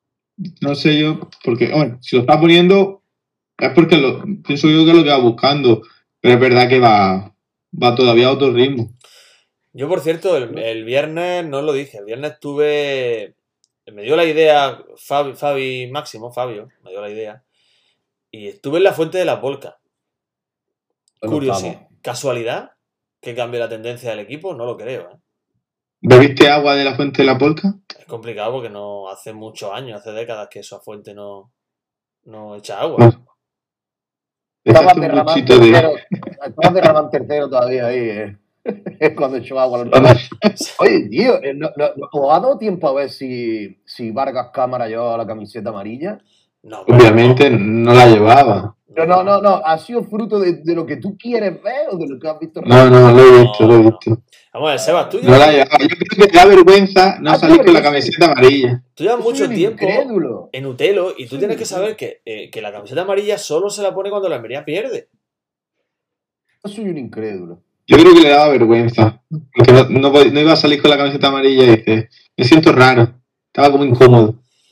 No sé yo, porque, bueno, si lo está poniendo es porque lo, pienso yo que es lo que va buscando, pero es verdad que va, va todavía a otro ritmo. Yo, por cierto, el, el viernes no lo dije, el viernes tuve... Me dio la idea Fabi, Fabi Máximo, Fabio, me dio la idea, y estuve en la Fuente de las Volcas. Curiosidad, ¿casualidad que cambie la tendencia del equipo? No lo creo, ¿eh? ¿Bebiste agua de la Fuente de la Polca? Es complicado porque no hace muchos años, hace décadas que esa fuente no, no echa agua. Bueno, Estaba echaste un derramando buchito de... tercero, estaba derramando tercero todavía ahí, eh. Es cuando echó agua. Oye, tío, eh, no, no, no, ¿os ha dado tiempo a ver si, si Vargas Cámara llevaba la camiseta amarilla? No, pero Obviamente no. no la llevaba. Pero no, no, no, ¿ha sido fruto de, de lo que tú quieres ver o de lo que has visto? No, no, lo he visto, lo he visto. Vamos a ver, Sebas, tú No llevas, la llevaba. Yo creo que te da vergüenza no Ah, salir tío, con la yo soy- camiseta amarilla. tú llevas Yo soy mucho un tiempo incrédulo. en Utelo y tú Soy tienes que un saber que, eh, que la camiseta amarilla solo se la pone cuando la Almería pierde. Yo soy un incrédulo. Yo creo que le daba vergüenza. Porque no, no, pod- no iba a salir con la camiseta amarilla y dice, me siento raro. Estaba como incómodo.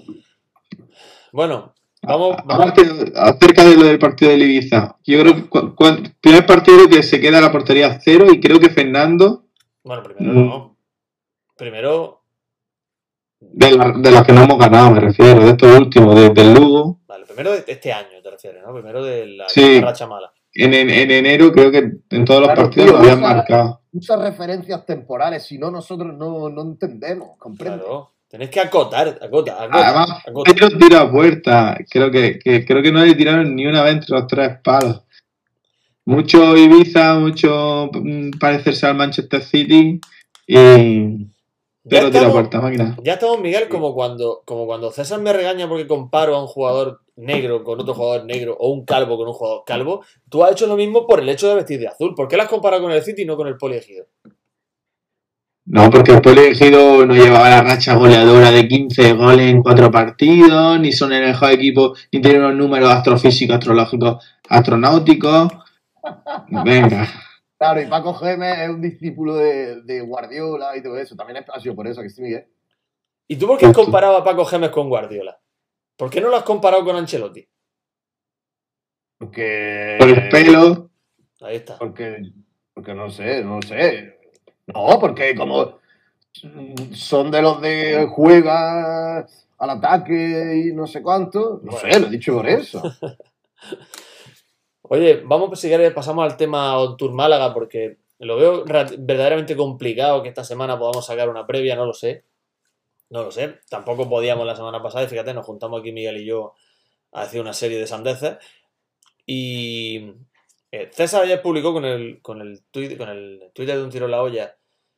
Bueno, vamos, vamos. Aparte, acerca de lo del partido de Ibiza, yo creo que cu- cu- primer partido que se queda la portería cero y creo que Fernando, Bueno, primero no. Primero, de, la- de los que no hemos ganado, me refiero, de estos últimos, de- del Lugo, vale, primero de este año te refieres, ¿no? Primero de la, Sí. de la racha mala. en, en, en enero creo que en todos los Claro, partidos tío, lo habían usa- marcado. Usa referencias temporales, si no, nosotros no, no entendemos, ¿comprendes? Claro. Tenéis que acotar, acota, acota, Además, acota. ellos tiro a puerta. Creo que, que, creo que no le tiraron ni una vez entre los tres palos. Mucho Ibiza, mucho mm, parecerse al Manchester City y Ya pero tiro a estamos, puerta, máquina. ya estamos, Miguel, como cuando, como cuando César me regaña porque comparo a un jugador negro con otro jugador negro o un calvo con un jugador calvo. Tú has hecho lo mismo por el hecho de vestir de azul. ¿Por qué lo has comparado con el City y no con el Poliegido? No, porque el Poliegido no llevaba la racha goleadora de quince goles en cuatro partidos, ni son el mejor equipo, ni tienen unos números astrofísicos, astrológicos, astronáuticos. Venga. Claro, y Paco Gémez es un discípulo de, de Guardiola y todo eso. También ha sido por eso que sí, Miguel. ¿Y tú por qué has comparado a Paco Gémez con Guardiola? ¿Por qué no lo has comparado con Ancelotti? Porque. Por el pelo. Ahí está. Porque, porque no sé, no sé. No, porque como son de los de juega al ataque y no sé cuánto. No sé, lo he dicho por eso. Oye, vamos, si quieres, pasamos al tema On Tour Málaga, porque lo veo verdaderamente complicado que esta semana podamos sacar una previa, no lo sé. No lo sé. Tampoco podíamos la semana pasada, y fíjate, nos juntamos aquí Miguel y yo a hacer una serie de sandeces. Y eh, César ayer publicó con el, con, el tweet, con el Twitter de Un Tiro en la Olla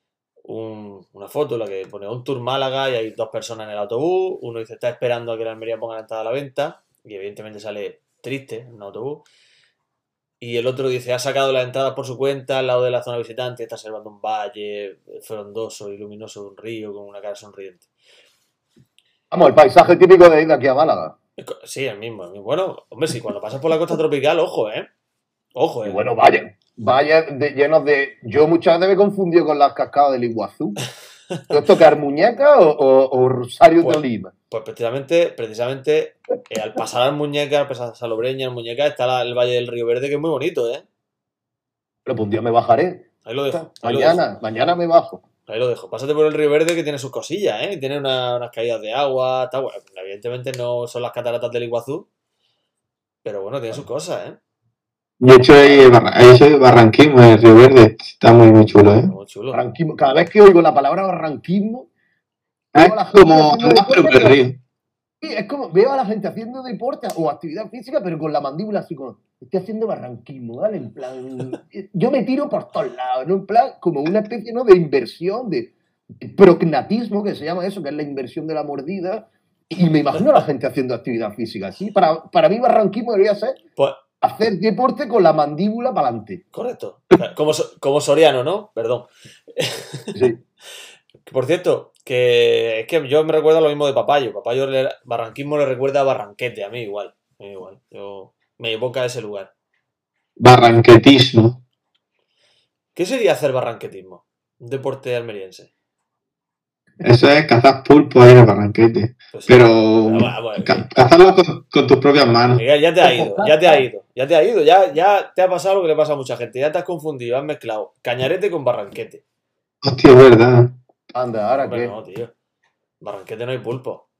un, una foto en la que pone un tour Málaga y hay dos personas en el autobús. Uno dice, está esperando a que la Almería ponga la entrada a la venta. Y evidentemente sale triste en un autobús. Y el otro dice, ha sacado las entradas por su cuenta al lado de la zona visitante, está observando un valle frondoso y luminoso de un río con una cara sonriente. Vamos, el paisaje típico de ir de aquí a Málaga. Sí, el mismo, el mismo. Bueno, hombre, sí, cuando pasas por la costa tropical, ojo, ¿eh? Ojo, ¿eh? Y bueno, vaya, vaya de, llenos de... Yo muchas veces me he confundido con las cascadas del Iguazú. ¿Esto que es Muñeca o, o, o Rosario Pues- de Lima? Pues precisamente, precisamente eh, al pasar al Muñeca, al pasar a Salobreña, al Muñeca, está la- el Valle del Río Verde, que es muy bonito, ¿eh? Pero pues un día me bajaré. Ahí lo dejo. Ahí lo dejo. Mañana, mañana me bajo. Ahí lo dejo. Pásate por el Río Verde que tiene sus cosillas, ¿eh? Tiene una- unas caídas de agua, está bueno. Evidentemente no son las cataratas del Iguazú, pero bueno, tiene sus cosas, ¿eh? Yo he hecho ahí, barra- he hecho barranquismo en el Río Verde. Está muy, muy chulo, ¿eh? Muy chulo. Barranquismo. Cada vez que oigo la palabra barranquismo, Es veo a la gente como haciendo más, pero por el deporte, río. sí, es como veo a la gente haciendo deporte o actividad física, pero con la mandíbula así como, estoy haciendo barranquismo, ¿vale? En plan, yo me tiro por todos lados, ¿no? En plan, como una especie, ¿no?, de inversión, de, de prognatismo, que se llama eso, que es la inversión de la mordida. Y me imagino a la gente haciendo actividad física, ¿sí? Para, para mí barranquismo debería ser Pues, hacer deporte con la mandíbula para adelante. correcto. Como, So- como Soriano, ¿no? Perdón. Sí. Por cierto, que es que yo me recuerdo lo mismo de Papayo. Papayo, le- barranquismo le recuerda a Barranquete, a mí igual. A mí igual. Yo, me evoca ese lugar. Barranquetismo. ¿Qué sería hacer barranquetismo? Un deporte almeriense. Eso es cazar pulpo ahí en el barranquete. Pues sí. Pero Pero, bueno, bueno, ca- cazarlo con, con tus propias manos. Miguel, ya te ha ido, ya te ha ido, ya te ha ido, ya, ya te ha pasado lo que le pasa a mucha gente, ya te has confundido, has mezclado Cañarete con Barranquete. Hostia, es verdad. Anda, ¿ahora Hombre, qué? no, tío. Barranquete no hay pulpo.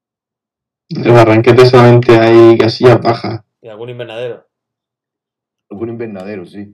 En el barranquete solamente hay casillas bajas. Y algún invernadero. Algún invernadero, sí.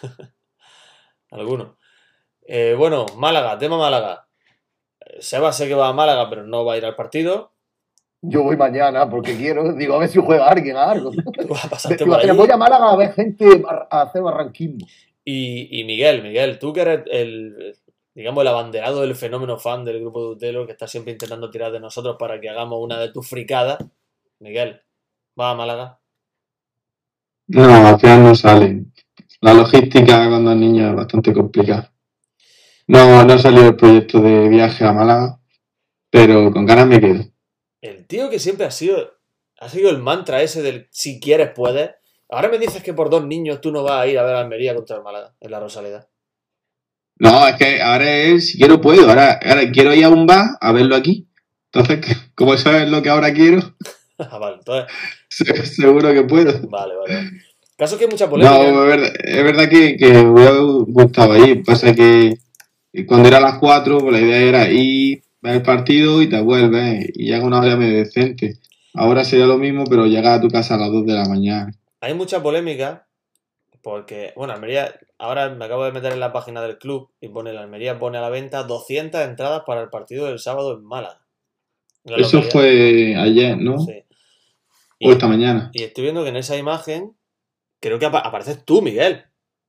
Alguno. Eh, bueno, Málaga, tema Málaga. Eh, Seba sé que va a Málaga, pero no va a ir al partido. Yo voy mañana porque quiero, digo, a ver si juega alguien a algo. Tú vas a pasarte Digo, por allí. voy a Málaga a ver gente bar- a hacer barranquismo. Y, y Miguel, Miguel, tú que eres el, digamos, el abanderado del fenómeno fan del grupo de Utelo, que está siempre intentando tirar de nosotros para que hagamos una de tus fricadas. Miguel, ¿va a Málaga? No, al final no salen. La logística cuando el niño es bastante complicada. No, no ha salido el proyecto de viaje a Málaga, pero con ganas me quedo. El tío que siempre ha sido, ha sido el mantra ese del si quieres puedes. Ahora me dices que por dos niños tú no vas a ir a ver a Almería contra el Málaga en la Rosaleda. No, es que ahora es, si quiero puedo. Ahora, ahora quiero ir a un bar a verlo aquí. Entonces, como eso es lo que ahora quiero, Ah, vale, entonces, se- seguro que puedo. vale, vale. vale. Caso que hay mucha polémica. No, es verdad, es verdad que, que me hubiera gustado ir. Pasa que cuando era a las cuatro, pues la idea era ir, ver el partido y te vuelves. Y llega una hora medio decente. Ahora sería lo mismo, pero llega a tu casa a las dos de la mañana. Hay mucha polémica porque, bueno, Almería, ahora me acabo de meter en la página del club y pone, la Almería pone a la venta doscientas entradas para el partido del sábado en Málaga. En la Eso localidad. fue ayer, ¿no? Sí. O esta mañana. Y estoy viendo que en esa imagen creo que apa- apareces tú, Miguel.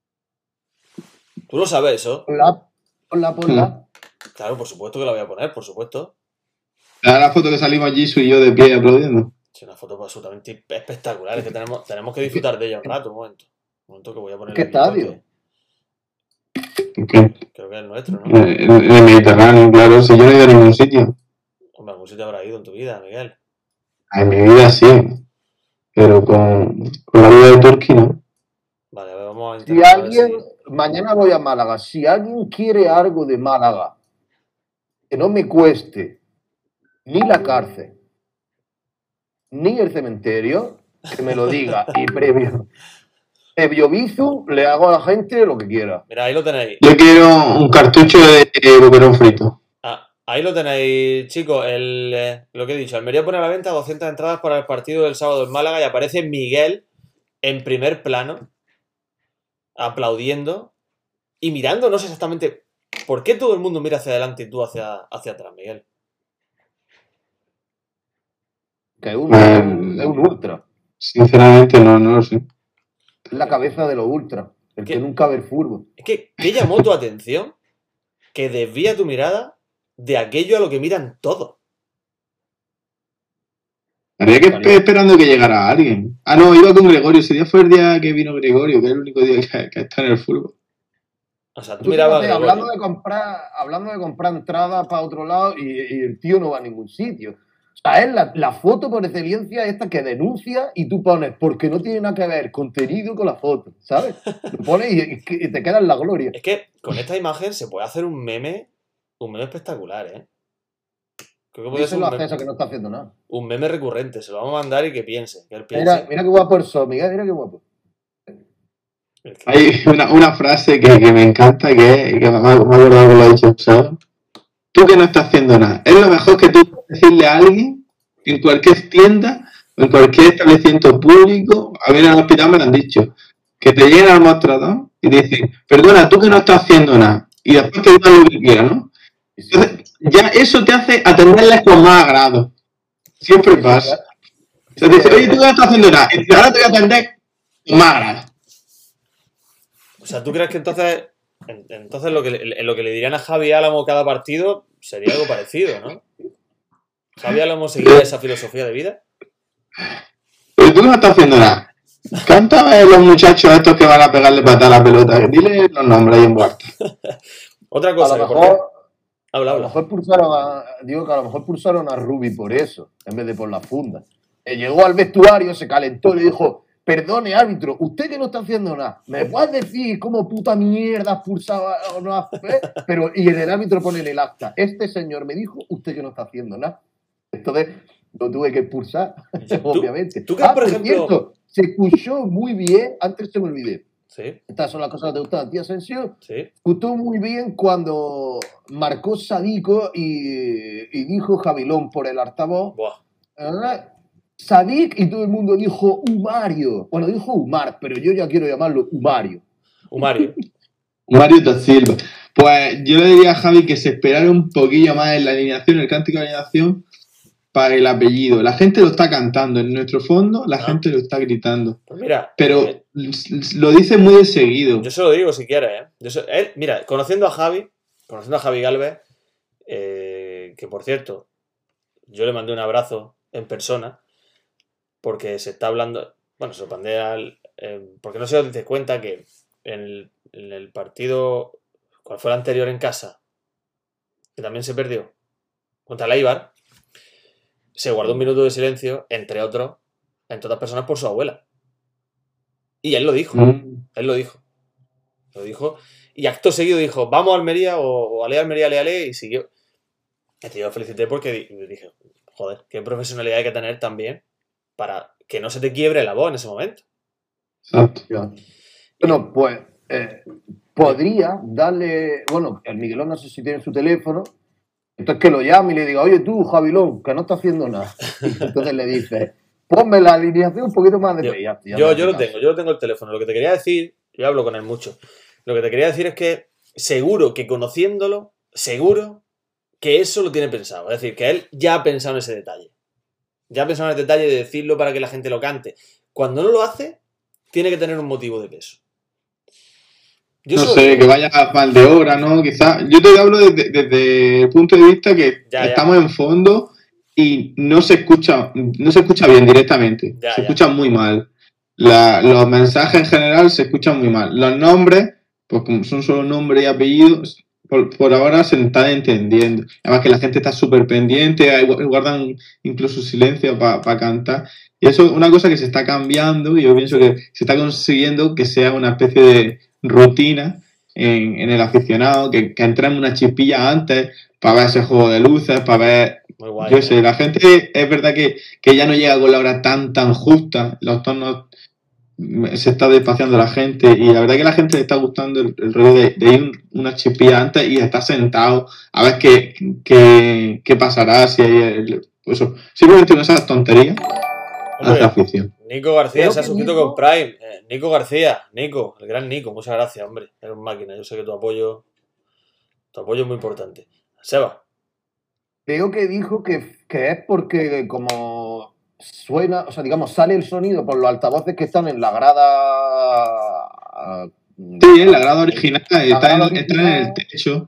Tú lo sabes eso. Ponla, ponla, ponla. Claro, por supuesto que la voy a poner, por supuesto. Ahora la foto que salimos Jisoo y yo de pie aplaudiendo. Es una foto absolutamente espectacular. Es que tenemos, tenemos que disfrutar de ella un rato, un momento. Un momento que voy a poner. ¿Qué el vídeo estadio? Ok. que Creo que es el nuestro, ¿no? En en el Mediterráneo, claro. Si yo no he ido a ningún sitio. Hombre, algún sitio habrá ido en tu vida, Miguel. En mi vida sí. Pero con, con la vida de Turquía, ¿no? Vale, a ver, vamos a Si intentar. a ver alguien, si- mañana voy a Málaga, si alguien quiere algo de Málaga que no me cueste ni la cárcel, ni el cementerio, que me lo diga. Y previo, previo Bizum, le hago a la gente lo que quiera. Mira, ahí lo tenéis. Yo quiero un cartucho de eh, boquerón frito. Ah, ahí lo tenéis, chicos. El, eh, lo que he dicho. Almería pone a la venta doscientas entradas para el partido del sábado en Málaga y aparece Miguel en primer plano, aplaudiendo y mirando, no sé exactamente por qué todo el mundo mira hacia adelante y tú hacia, hacia atrás, Miguel. Que es un, Eh, es un ultra. Sinceramente, no, no lo sé. Es la cabeza de los ultras. El ¿Qué? que nunca ve el fútbol. Es que, ¿qué llamó tu atención? que desvía tu mirada de aquello a lo que miran todos. Habría que estar esperando que llegara alguien. Ah, no, iba con Gregorio. Ese día fue el día que vino Gregorio, que es el único día que, que está en el fútbol. O sea, tú, Tú mirabas fíjate, hablando de comprar, hablando de comprar entradas para otro lado y, y el tío no va a ningún sitio. O sea, es la, la foto por excelencia esta que denuncia y tú pones, porque no tiene nada que ver contenido con la foto, ¿sabes? Lo pones y, y, y te queda en la gloria. Es que con esta imagen se puede hacer un meme, un meme espectacular, ¿eh? Creo que puede ser un meme, que no está haciendo nada. Un meme recurrente, se lo vamos a mandar y que piense, que él piense. Mira, mira qué guapo el sol, Miguel, mira qué guapo. Hay una, una frase que, que me encanta, que, que me, me ha acordado que lo ha dicho, ¿sabes? Tú que no estás haciendo nada. Es lo mejor que tú puedes decirle a alguien en cualquier tienda, en cualquier establecimiento público. A mí en el hospital me lo han dicho. Que te lleguen al mostrador y te dicen, perdona, tú que no estás haciendo nada. Y después te digan lo que quieras, ¿no? Entonces, ya eso te hace atenderles con más agrado. Siempre pasa. O sea, te dice, oye, tú que no estás haciendo nada. Y ahora te voy a atender con más agrado. O sea, ¿tú crees que entonces, entonces lo que, lo que le dirían a Javi Álamo cada partido sería algo parecido, ¿no? ¿Javi Álamo seguiría esa filosofía de vida? Pero tú no estás haciendo nada. Cántame a los muchachos estos que van a pegarle patada a la pelota. Dile los nombres ahí en Huerta. Otra cosa. A lo que mejor, por habla, habla. A lo mejor pulsaron a, digo que a lo mejor pulsaron a Rubi por eso, en vez de por la funda. Eh, llegó al vestuario, se calentó y le dijo, perdone, árbitro, usted que no está haciendo nada, ¿me puedes decir cómo puta mierda has pulsado o no has... ¿eh? Pero, y en el árbitro pone en el acta, este señor me dijo, usted que no está haciendo nada. Entonces, lo tuve que pulsar, obviamente. ¿Tú crees, ah, por por ejemplo... cierto, se escuchó muy bien, antes se me olvidé. Sí. Estas son las cosas que te gustan a ti, Asensio. Sí. Escuchó muy bien cuando marcó Sadico y, y dijo Javilón por el altavoz. Buah. ¿Verdad? Sadik y todo el mundo dijo Umario. Bueno, dijo Umar, pero yo ya quiero llamarlo Umario. Umario. Umario da Silva. Pues yo le diría a Javi que se esperara un poquillo más en la alineación, el cántico de alineación, para el apellido. La gente lo está cantando. En nuestro fondo, la Ah. gente lo está gritando. Pues mira. Pero eh, lo dice muy de seguido. Yo se lo digo si quieres, ¿eh? Yo se- él, mira, conociendo a Javi, conociendo a Javi Galvez, eh, que por cierto, yo le mandé un abrazo en persona, porque se está hablando, bueno, se lo mandé al, eh, porque no sé si os dais cuenta que en el, en el partido, cuál fue el anterior en casa, que también se perdió, contra el Eibar, se guardó un minuto de silencio, entre otros, entre otras personas, por su abuela. Y él lo dijo. Mm. Él lo dijo. Lo dijo. Y acto seguido dijo, vamos a Almería o, o Ale Almería, Ale Ale, y siguió. Y te lo felicité porque di- dije, joder, qué profesionalidad hay que tener también para que no se te quiebre la voz en ese momento. Exacto. Ya. Bueno, pues eh, podría darle. Bueno, el Miguelón no sé si tiene su teléfono. Entonces que lo llame y le diga, oye tú, Javilón, que no está haciendo nada. Y entonces le dice, ponme la alineación un poquito más de Yo, pe- ya, ya yo, me yo lo hace tengo, yo lo tengo el teléfono. Lo que te quería decir, yo hablo con él mucho. Lo que te quería decir es que seguro que conociéndolo, seguro que eso lo tiene pensado. Es decir, que él ya ha pensado en ese detalle. Ya ha pensado en el detalle de decirlo para que la gente lo cante. Cuando no lo hace, tiene que tener un motivo de peso. Yo No se lo sé, digo. que vaya a mal de hora, ¿no? Quizás. Yo te hablo desde, desde el punto de vista que Ya, ya. estamos en fondo y no se escucha, no se escucha bien directamente. Ya, se ya. escucha muy mal. La- los mensajes en general se escuchan muy mal. Los nombres, pues como son solo nombres y apellidos, por, por ahora se están entendiendo. Además que la gente está súper pendiente, hay- guardan incluso silencio para cantar. Y eso es una cosa que se está cambiando y yo pienso que se está consiguiendo que sea una especie de rutina en, en el aficionado, que, que entremos una chispilla antes para ver ese juego de luces, para ver, Muy guay. yo ¿eh? sé, la gente es verdad que, que ya no llega con la hora tan tan justa, los tonos mm, se está despaciando la gente y la verdad que a la gente le está gustando el, el rollo de, de ir una chispilla antes y estar sentado a ver qué, qué, qué pasará, si hay el, pues eso, simplemente con esas tonterías hace Hombre, afición. Nico García Creo se ha que suscrito Nico- con Prime. Eh, Nico García, Nico, el gran Nico, muchas gracias, hombre. Eres un máquina, yo sé que tu apoyo, tu apoyo es muy importante. Seba, Creo que dijo que, que es porque como suena, o sea, digamos, sale el sonido por los altavoces que están en la grada. Sí, en la grada original está, grada en, está en el original. techo.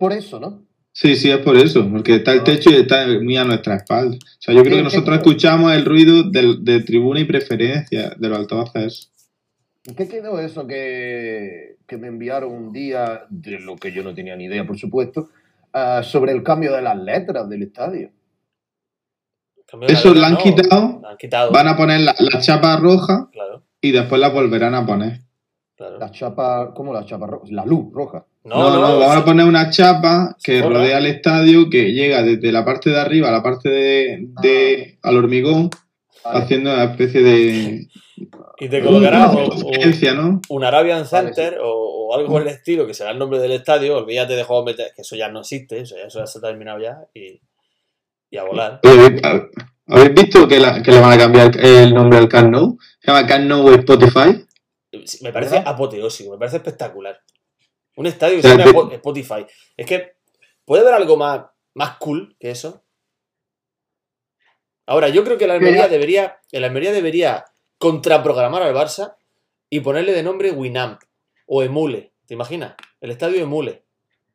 por eso, ¿no? Sí, sí, es por eso, porque está el techo y está muy a nuestra espalda. O sea, yo creo que nosotros escuchamos el ruido de, de tribuna y preferencia de los altavoces. ¿En qué quedó eso que, que me enviaron un día, de lo que yo no tenía ni idea, por supuesto, uh, sobre el cambio de las letras del estadio? Eso lo han, no, quitado, lo han quitado, van a poner la, la chapa roja, claro, y después la volverán a poner. Claro. La chapa, ¿cómo la chapa roja? La luz roja. No, no, no, no vamos a poner una chapa que forra. rodea el estadio, que llega desde la parte de arriba a la parte de, de ah. al hormigón, vale. haciendo una especie de... Y te colocará un, ¿no? un Arabian Center vale, sí. o, o algo por el estilo, que será el nombre del estadio. Olvídate de juegos meter, que eso ya no existe, eso ya, eso ya se ha terminado ya, y, y a volar. ¿Habéis visto que, la, que le van a cambiar el nombre al Camp Nou? Se llama Camp Nou Spotify. Me parece ¿verdad? apoteósico, me parece espectacular. Un estadio que se llama te... Spotify. Es que, ¿puede haber algo más, más cool que eso? Ahora, yo creo que la Almería debería, la Almería debería contraprogramar al Barça y ponerle de nombre Winamp o Emule. ¿Te imaginas? El estadio Emule.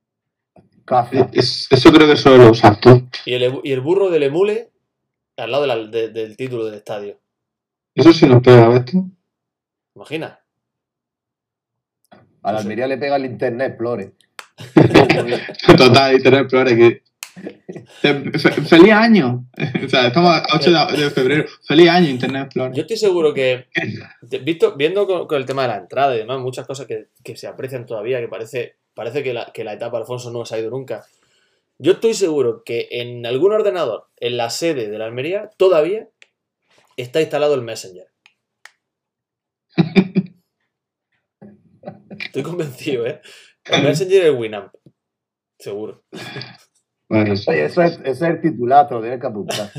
Es, eso creo que solo lo usas tú. Y el, y el burro del Emule al lado de la, de, del título del estadio. Eso sí nos pega, ¿ves tú? ¿Imagina? A la Almería le pega el Internet Explorer. Total, Internet Explorer. Que... ¡Feliz año! O sea, estamos a ocho de febrero. ¡Feliz año, Internet Explorer! Yo estoy seguro que, visto, viendo con, con el tema de la entrada y demás, muchas cosas que, que se aprecian todavía, que parece, parece que, la, que la etapa Alfonso no se ha ido nunca. Yo estoy seguro que en algún ordenador, en la sede de la Almería, todavía está instalado el Messenger. Estoy convencido, ¿eh? El Messenger es Winamp. Seguro. Bueno, sí. Oye, eso es, ese es el titulato, tienes que apuntar.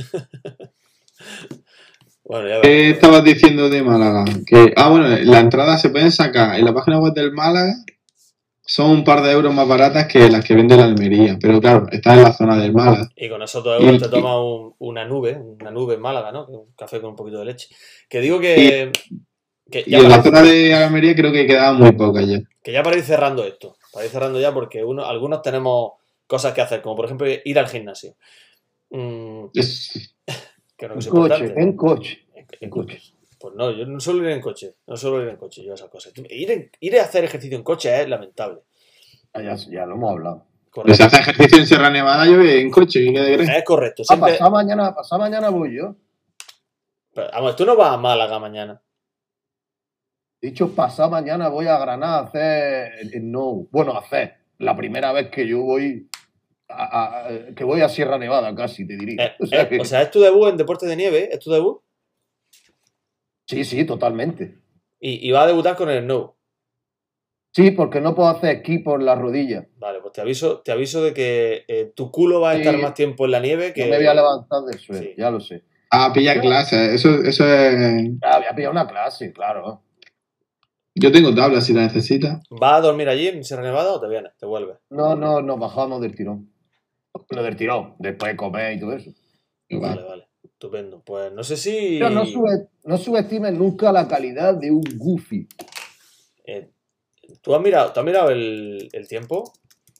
Bueno, ya ¿qué estabas diciendo de Málaga? Que, ah, bueno, la entrada se pueden sacar en la página web del Málaga. Son un par de euros más baratas que las que vende la Almería. Pero claro, está en la zona del Málaga. Y con esos dos euros y, te toma un, una nube, una nube en Málaga, ¿no? Un café con un poquito de leche. Que digo que... Y, que ya y en la zona de Almería creo que quedaba muy poca ya. Que ya para ir cerrando esto. Para ir cerrando ya porque uno, algunos tenemos cosas que hacer. Como por ejemplo ir al gimnasio. Mm, es... que no es en coche, en coche. En, en coche. Pues no, yo no suelo ir en coche. No suelo ir en coche, yo esas cosas. Ir, en, ir a hacer ejercicio en coche es lamentable. Ya, ya lo hemos hablado. Correcto. Pues hace ejercicio en Sierra Nevada, yo voy en coche. Es correcto. Siempre... Ah, pasado mañana, pasado mañana voy yo. Pero, vamos, tú no vas a Málaga mañana. Dicho, pasado mañana voy a Granada a hacer... No, bueno, a hacer. La primera vez que yo voy... A, a, que voy a Sierra Nevada casi, te diría. Eh, o, sea, eh, que... o sea, ¿es tu debut en deporte de nieve? ¿Es tu debut? Sí, sí, totalmente. ¿Y, y vas a debutar con el Snow? Sí, porque no puedo hacer esquí por las rodillas. Vale, pues te aviso, te aviso de que eh, tu culo va a sí, estar más tiempo en la nieve que... No me voy a levantar del suelo, sí. Ya lo sé. Ah, pilla clase, eso, eso es... Ah, voy a pillar una clase, claro. Yo tengo tabla si la necesitas. ¿Vas a dormir allí en Sierra Nevada o te vienes? ¿Te vuelves? No, no, nos bajamos del tirón. Lo del tirón, después de comer y todo eso. Vale, vale. Estupendo. Pues no sé si... Pero no, sube, no subestimes nunca la calidad de un Goofy. Eh, ¿Tú has mirado, ¿tú has mirado el, el tiempo?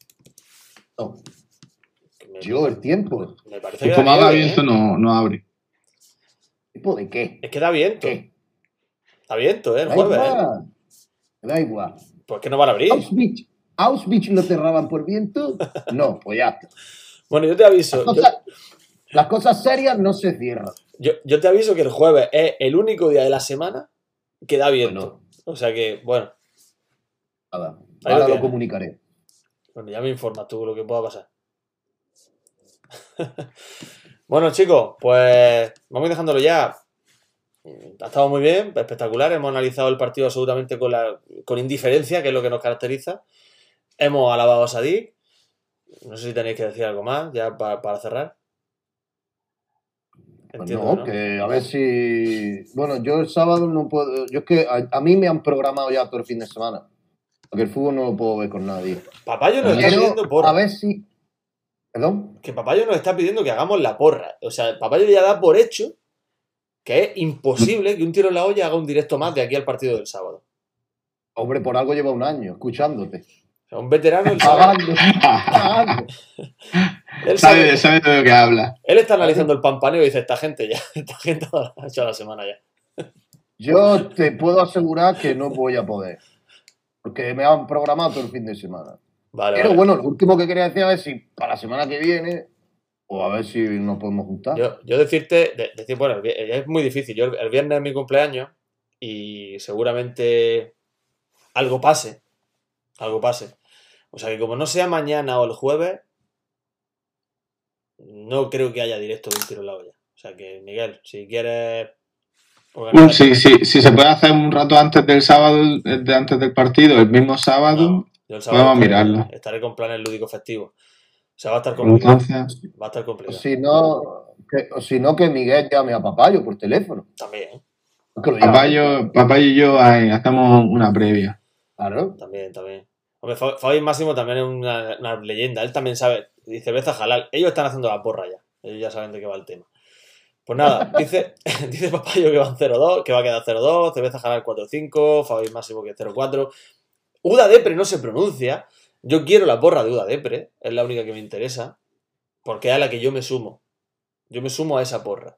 No. Me, Yo, el tiempo. Me parece que como haga viento, ¿eh? no, no abre. ¿Tiempo de qué? Es que da viento. ¿Qué? Da viento, ¿eh? El jueves, ¿eh? Me da igual. Pues que no van a abrir. Auschwitz, ¿Auschwitz lo cerraban por viento? No, pues ya está. Bueno, yo te aviso. Las cosas, yo... las cosas serias no se cierran. Yo, yo te aviso que el jueves es el único día de la semana que da viento. Bueno. O sea que, bueno. Nada, ahora lo, lo comunicaré. Bueno, ya me informas tú lo que pueda pasar. Bueno, chicos, pues vamos dejándolo ya. Ha estado muy bien, espectacular. Hemos analizado el partido absolutamente con, la, con indiferencia, que es lo que nos caracteriza. Hemos alabado a Sadik. No sé si tenéis que decir algo más ya para, para cerrar. Entiendo, pues no, ¿no? Que a ver si... Bueno, yo el sábado no puedo... Yo es que a, a mí me han programado ya todo el fin de semana. Porque el fútbol no lo puedo ver con nadie. Papayo nos está pidiendo porra. A ver si... ¿Perdón? Que Papayo nos está pidiendo que hagamos la porra. O sea, Papayo ya da por hecho que es imposible que un tiro en la olla haga un directo más de aquí al partido del sábado. Hombre, por algo lleva un año escuchándote. O sea, un veterano, él sabe. Pagando, pagando. Él Sabe, sabe, sabe de lo que habla. él está analizando el pampaneo y dice, esta gente ya, esta gente ha hecho la semana ya. Yo te puedo asegurar que no voy a poder. Porque me han programado todo el fin de semana. Vale, Pero vale. bueno, lo último que quería decir es si para la semana que viene, o a ver si nos podemos juntar. Yo, yo decirte, de- decir, bueno, el vi- es muy difícil. Yo el, el viernes es mi cumpleaños y seguramente algo pase. Algo pase. O sea que como no sea mañana o el jueves, no creo que haya directo de un tiro en la olla. O sea que, Miguel, si quieres Uh, organizar. si, si, si se puede hacer un rato antes del sábado, eh, de antes del partido, el mismo sábado, No, yo el sábado vamos a estaré, mirarlo. estaré con planes lúdicos festivos. O sea, va a estar complicado. Entonces, Va a estar complicado. Si no, que, o si no, que Miguel llame a Papayo por teléfono. También, ¿eh? Que lo llame. papá y yo, papá y yo ahí, hacemos una previa. Claro. También, también. Hombre, Fa- Fabi Máximo también es una, una leyenda. Él también sabe. Dice cerveza halal. Ellos están haciendo la porra ya. Ellos ya saben de qué va el tema. Pues nada, dice, dice Papayo que van cero dos, que va a quedar cero dos, cerveza halal cuatro cinco, Fabi Máximo que cero cuatro. Uda Depre no se pronuncia. Yo quiero la porra de Uda Depre. Es la única que me interesa. Porque es a la que yo me sumo. Yo me sumo a esa porra.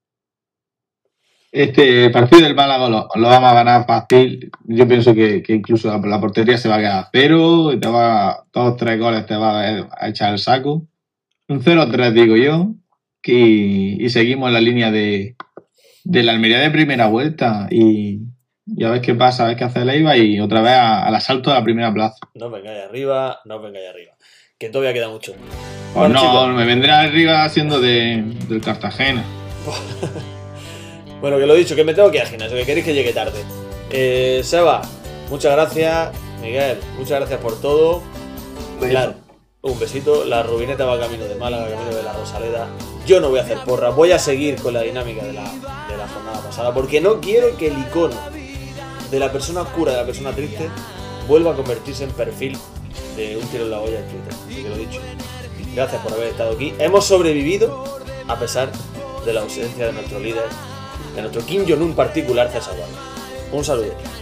Este partido del Málaga lo, lo vamos a ganar fácil. Yo pienso que, que incluso la, la portería se va a quedar a cero. Y te va, dos tres goles te va a, a echar el saco. Un cero tres digo yo. Y, y seguimos en la línea de, de la Almería de primera vuelta. Y, y a ver qué pasa, a ver qué hace Leiva. Y otra vez a- al asalto de la primera plaza. No os vengáis arriba, no os vengáis arriba. Que todavía queda mucho. Pues Bueno, no, chicos. me vendrá arriba siendo de, del Cartagena. Bueno, que lo he dicho, que me tengo que ir al gimnasio, que queréis que llegue tarde. Eh, Seba, muchas gracias. Miguel, muchas gracias por todo. Claro, un besito. La Rubineta va camino de Málaga, camino de la Rosaleda. Yo no voy a hacer porra, voy a seguir con la dinámica de la, de la jornada pasada, porque no quiero que el icono de la persona oscura, de la persona triste, vuelva a convertirse en perfil de un tiro en la olla en Twitter. Así que lo he dicho. Gracias por haber estado aquí. Hemos sobrevivido a pesar de la ausencia de nuestro líder, de nuestro Kim Jong-un particular, César Guardia. Un saludo.